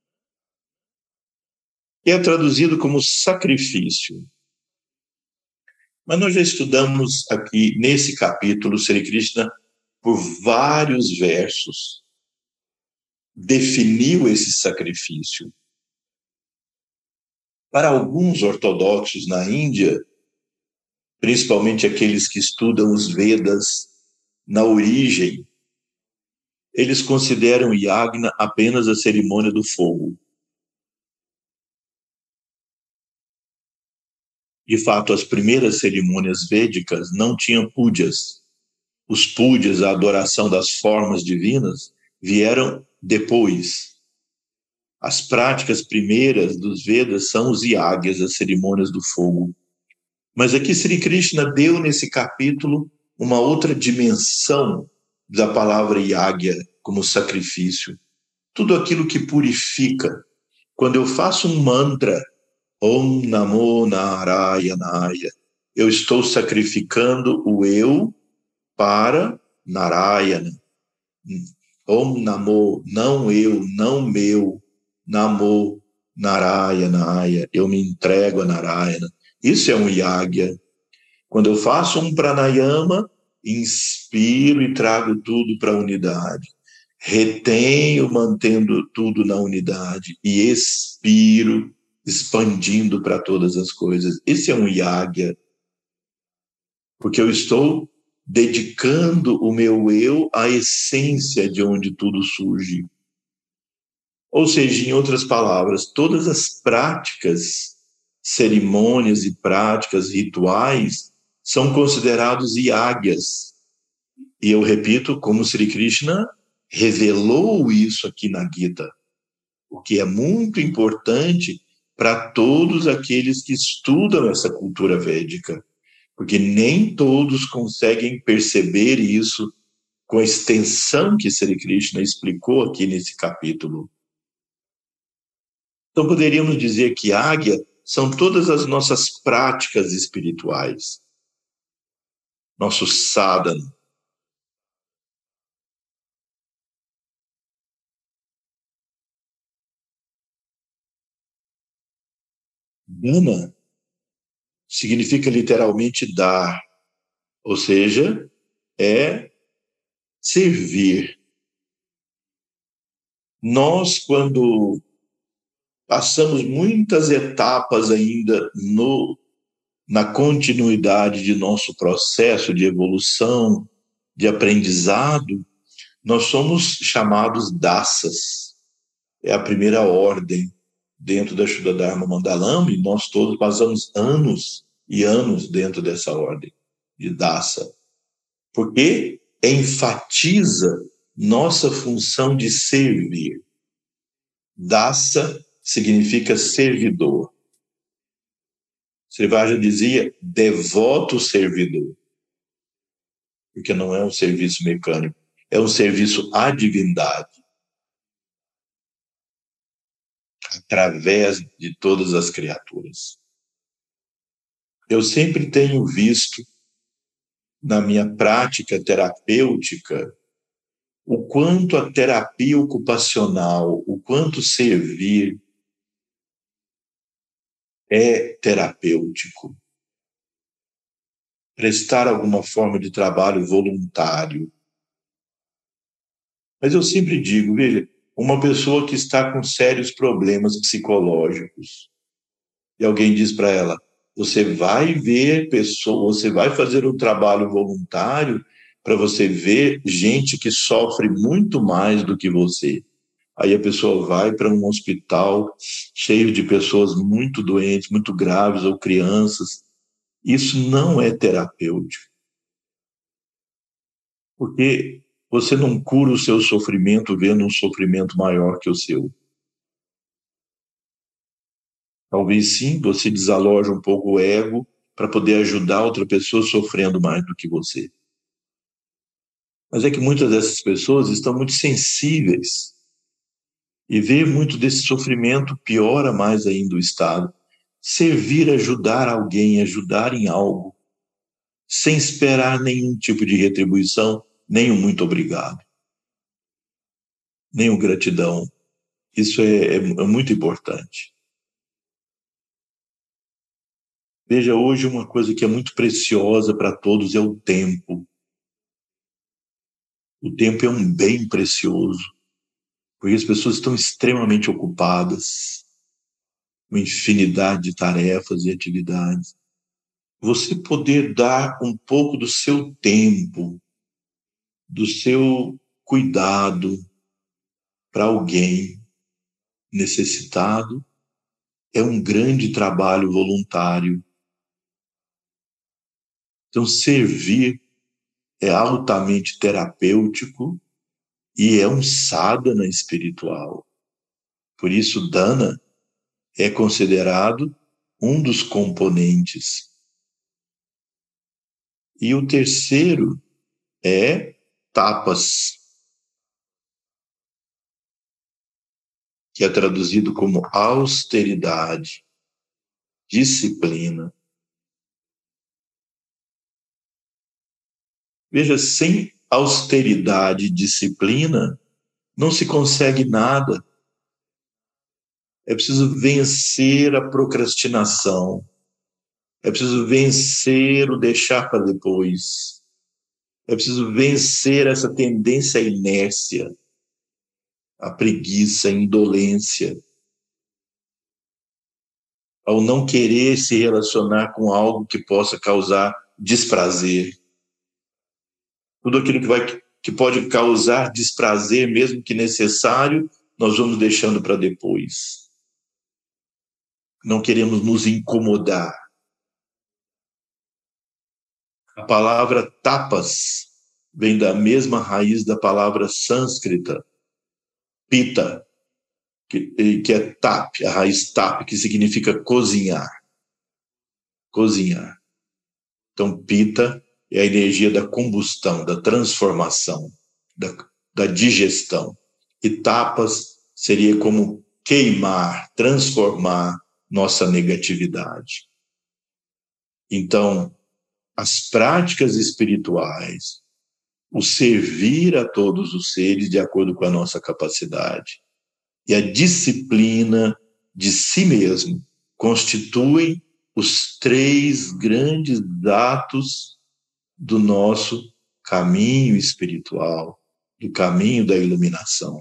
e é traduzido como sacrifício. Mas nós já estudamos aqui, nesse capítulo, Sri Krishna, por vários versos, definiu esse sacrifício. Para alguns ortodoxos na Índia, principalmente aqueles que estudam os Vedas na origem, eles consideram yagna apenas a cerimônia do fogo. De fato, as primeiras cerimônias védicas não tinham pujas. Os pujas, a adoração das formas divinas, vieram depois. As práticas primeiras dos Vedas são os yagyas, as cerimônias do fogo. Mas aqui Sri Krishna deu nesse capítulo uma outra dimensão da palavra yagya como sacrifício. Tudo aquilo que purifica. Quando eu faço um mantra, Om Namo Narayanaya, eu estou sacrificando o eu para Narayana. Om Namo, não eu, não meu, Namo Narayanaya, eu me entrego a Narayana. Isso é um yagya. Quando eu faço um pranayama, inspiro e trago tudo para a unidade. Retenho, mantendo tudo na unidade. E expiro, expandindo para todas as coisas. Esse é um yagya. Porque eu estou dedicando o meu eu à essência de onde tudo surge. Ou seja, em outras palavras, todas as práticas, cerimônias e práticas rituais são considerados yagyas. E eu repito, como Sri Krishna revelou isso aqui na Gita, o que é muito importante para todos aqueles que estudam essa cultura védica, porque nem todos conseguem perceber isso com a extensão que Sri Krishna explicou aqui nesse capítulo. Então, poderíamos dizer que águia são todas as nossas práticas espirituais, nosso sadhana. Dana significa literalmente dar, ou seja, é servir. Nós, quando passamos muitas etapas ainda na continuidade de nosso processo de evolução, de aprendizado, nós somos chamados dasas. É a primeira ordem dentro da Shuddha Dharma Mandalama, e nós todos passamos anos e anos dentro dessa ordem de dasa, porque enfatiza nossa função de servir. Dasa significa servidor. Srivaja dizia devoto servidor, porque não é um serviço mecânico, é um serviço à divindade, através de todas as criaturas. Eu sempre tenho visto, na minha prática terapêutica, o quanto a terapia ocupacional, o quanto servir é terapêutico. Prestar alguma forma de trabalho voluntário. Mas eu sempre digo, veja, uma pessoa que está com sérios problemas psicológicos, e alguém diz para ela, você vai ver pessoas, você vai fazer um trabalho voluntário para você ver gente que sofre muito mais do que você. Aí a pessoa vai para um hospital cheio de pessoas muito doentes, muito graves, ou crianças. Isso não é terapêutico. Porque você não cura o seu sofrimento vendo um sofrimento maior que o seu. Talvez sim, você desaloja um pouco o ego para poder ajudar outra pessoa sofrendo mais do que você. Mas é que muitas dessas pessoas estão muito sensíveis e ver muito desse sofrimento piora mais ainda o estado. Servir, ajudar alguém, ajudar em algo, sem esperar nenhum tipo de retribuição, nem um muito obrigado, nem um gratidão. Isso é muito importante. Veja, hoje uma coisa que é muito preciosa para todos é o tempo. O tempo é um bem precioso, porque as pessoas estão extremamente ocupadas, uma infinidade de tarefas e atividades. Você poder dar um pouco do seu tempo, do seu cuidado para alguém necessitado, é um grande trabalho voluntário. Então, servir é altamente terapêutico e é um sadhana espiritual. Por isso, dana é considerado um dos componentes. E o terceiro é tapas, que é traduzido como austeridade, disciplina. Veja, sem austeridade e disciplina, não se consegue nada. É preciso vencer a procrastinação. É preciso vencer o deixar para depois. É preciso vencer essa tendência à inércia, à preguiça, à indolência, ao não querer se relacionar com algo que possa causar desprazer. Tudo aquilo que pode causar desprazer, mesmo que necessário, nós vamos deixando para depois. Não queremos nos incomodar. A palavra tapas vem da mesma raiz da palavra sânscrita, pita, que é tap, a raiz tap, que significa cozinhar. Cozinhar. Então, pita é a energia da combustão, da transformação, da digestão. E tapas seria como queimar, transformar nossa negatividade. Então, as práticas espirituais, o servir a todos os seres de acordo com a nossa capacidade e a disciplina de si mesmo constituem os três grandes atos do nosso caminho espiritual, do caminho da iluminação.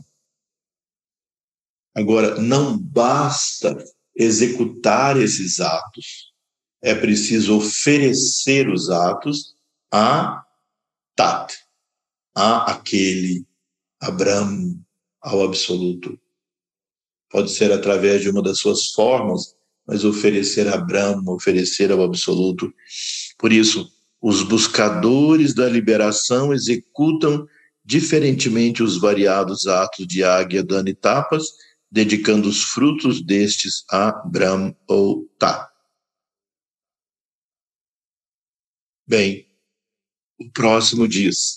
Agora, não basta executar esses atos, é preciso oferecer os atos a Tat, a aquele, a Brahma, ao Absoluto. Pode ser através de uma das suas formas, mas oferecer a Brahma, oferecer ao Absoluto. Por isso, os buscadores da liberação executam diferentemente os variados atos de águia, dana e tapas, dedicando os frutos destes a Brahm ou Tat. Bem, o próximo diz: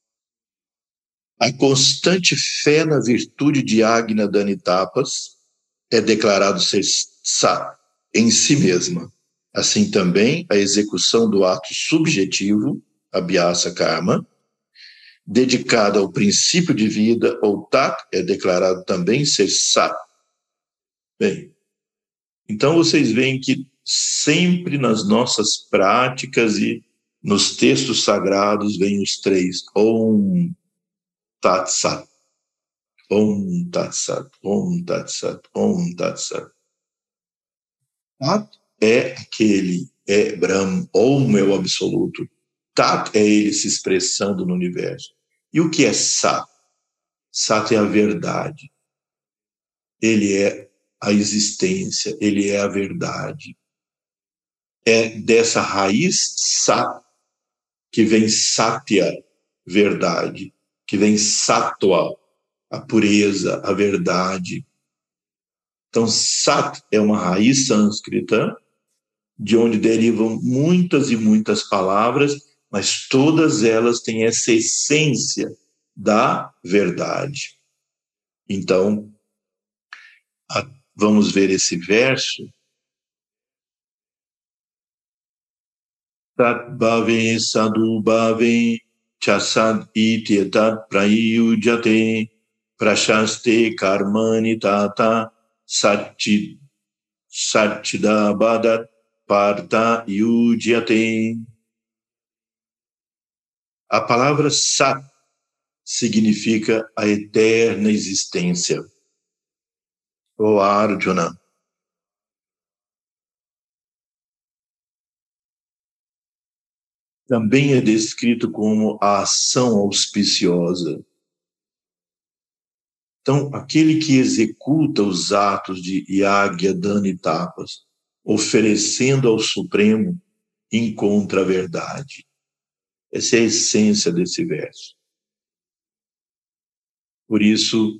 a constante fé na virtude de Agna Danitapas é declarado ser Sat em si mesma. Assim também a execução do ato subjetivo, Abhyasa Karma, dedicada ao princípio de vida, ou Tat, é declarado também ser Sat. Bem, então vocês veem que sempre nas nossas práticas e nos textos sagrados vem os três: Om Tat Sat, Om Tat Sat, Om Tat Sat, Om Tat Sat. Tat é aquele, é Brahm, Om é o absoluto. Tat é ele se expressando no universo. E o que é Sat? Sat é a verdade. Ele é a existência, ele é a verdade. É dessa raiz Sat que vem Satya, verdade, que vem Sattva, a pureza, a verdade. Então, Sat é uma raiz sânscrita, de onde derivam muitas e muitas palavras, mas todas elas têm essa essência da verdade. Então, vamos ver esse verso. Tat bhave sadhu bhave chasad ityatat prayujate prashaste karmani tata satchidabadat parta yujyate. A palavra sat significa a eterna existência. O Arjuna, também é descrito como a ação auspiciosa. Então, aquele que executa os atos de Yagya, Dana e Tapas, oferecendo ao Supremo, encontra a verdade. Essa é a essência desse verso. Por isso,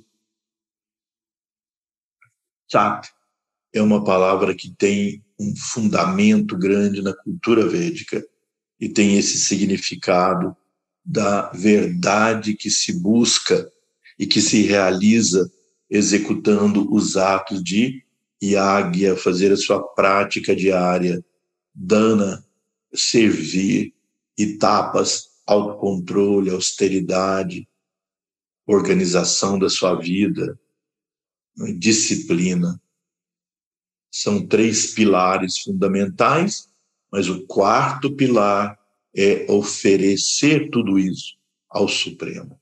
Sat é uma palavra que tem um fundamento grande na cultura védica e tem esse significado da verdade que se busca e que se realiza executando os atos de Yagya, fazer a sua prática diária, Dana, servir, e Tapas, autocontrole, austeridade, organização da sua vida, disciplina. São três pilares fundamentais, mas o quarto pilar é oferecer tudo isso ao Supremo.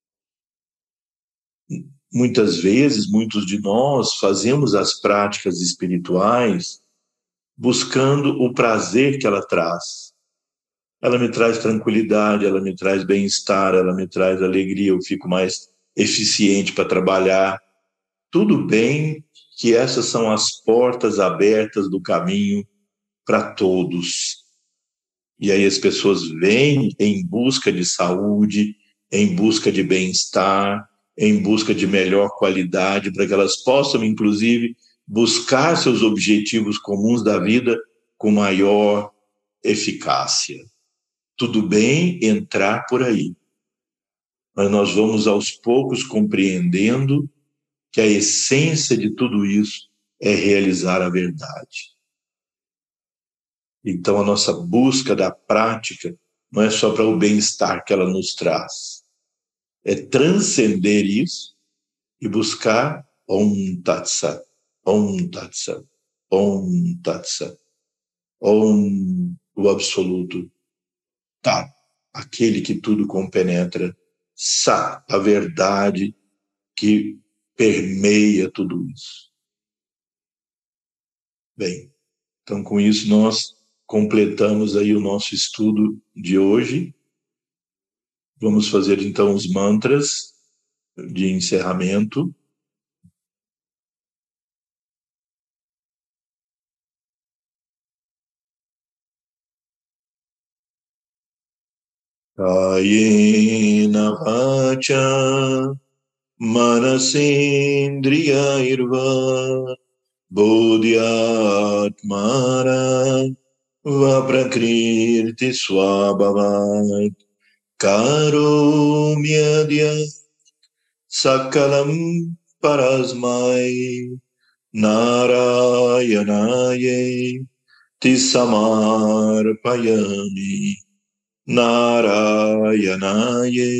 Muitas vezes, muitos de nós fazemos as práticas espirituais buscando o prazer que ela traz. Ela me traz tranquilidade, ela me traz bem-estar, ela me traz alegria, eu fico mais eficiente para trabalhar. Tudo bem que essas são as portas abertas do caminho para todos. E aí as pessoas vêm em busca de saúde, em busca de bem-estar, em busca de melhor qualidade, para que elas possam, inclusive, buscar seus objetivos comuns da vida com maior eficácia. Tudo bem entrar por aí, mas nós vamos aos poucos compreendendo que a essência de tudo isso é realizar a verdade. Então, a nossa busca da prática não é só para o bem-estar que ela nos traz, é transcender isso e buscar Om Tat Sat, Om Tat Sat, Om Tat Sat, Om, o absoluto, Tat, aquele que tudo compenetra, Sat, a verdade que permeia tudo isso. Bem, então com isso nós completamos aí o nosso estudo de hoje. Vamos fazer então os mantras de encerramento. Kayena vacha Manasendriyairva Bodhyatmana Vaprakriti Swabhavat Karomyadya Sakalam Parasmai Narayanaye Tisamarpayami Narayanaye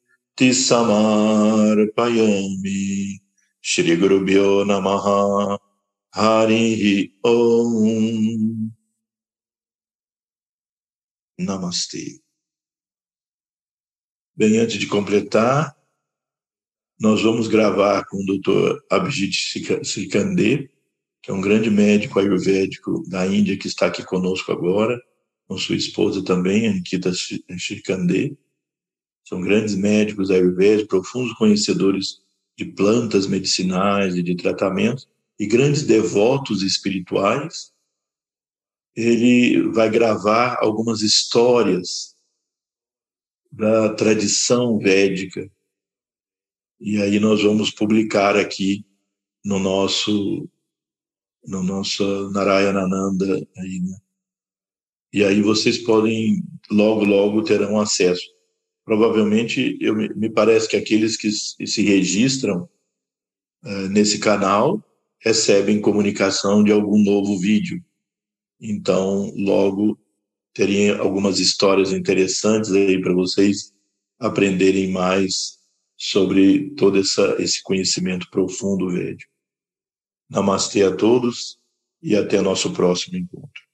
Tisamarpayami Shri Gurubhyo Namaha Harihi Om Namastê. Bem, antes de completar, nós vamos gravar com o Dr. Abhijit Sikande, que é um grande médico ayurvédico da Índia que está aqui conosco agora, com sua esposa também, Ankita Sikande. São grandes médicos ayurvédicos, profundos conhecedores de plantas medicinais e de tratamentos, e grandes devotos espirituais. Ele vai gravar algumas histórias da tradição védica, e aí nós vamos publicar aqui no nosso Narayanananda aí, né? E aí vocês podem, logo terão acesso. Provavelmente, me parece que aqueles que se registram nesse canal recebem comunicação de algum novo vídeo. Então, logo teria algumas histórias interessantes aí para vocês aprenderem mais sobre todo esse conhecimento profundo védico. Namastê a todos e até nosso próximo encontro.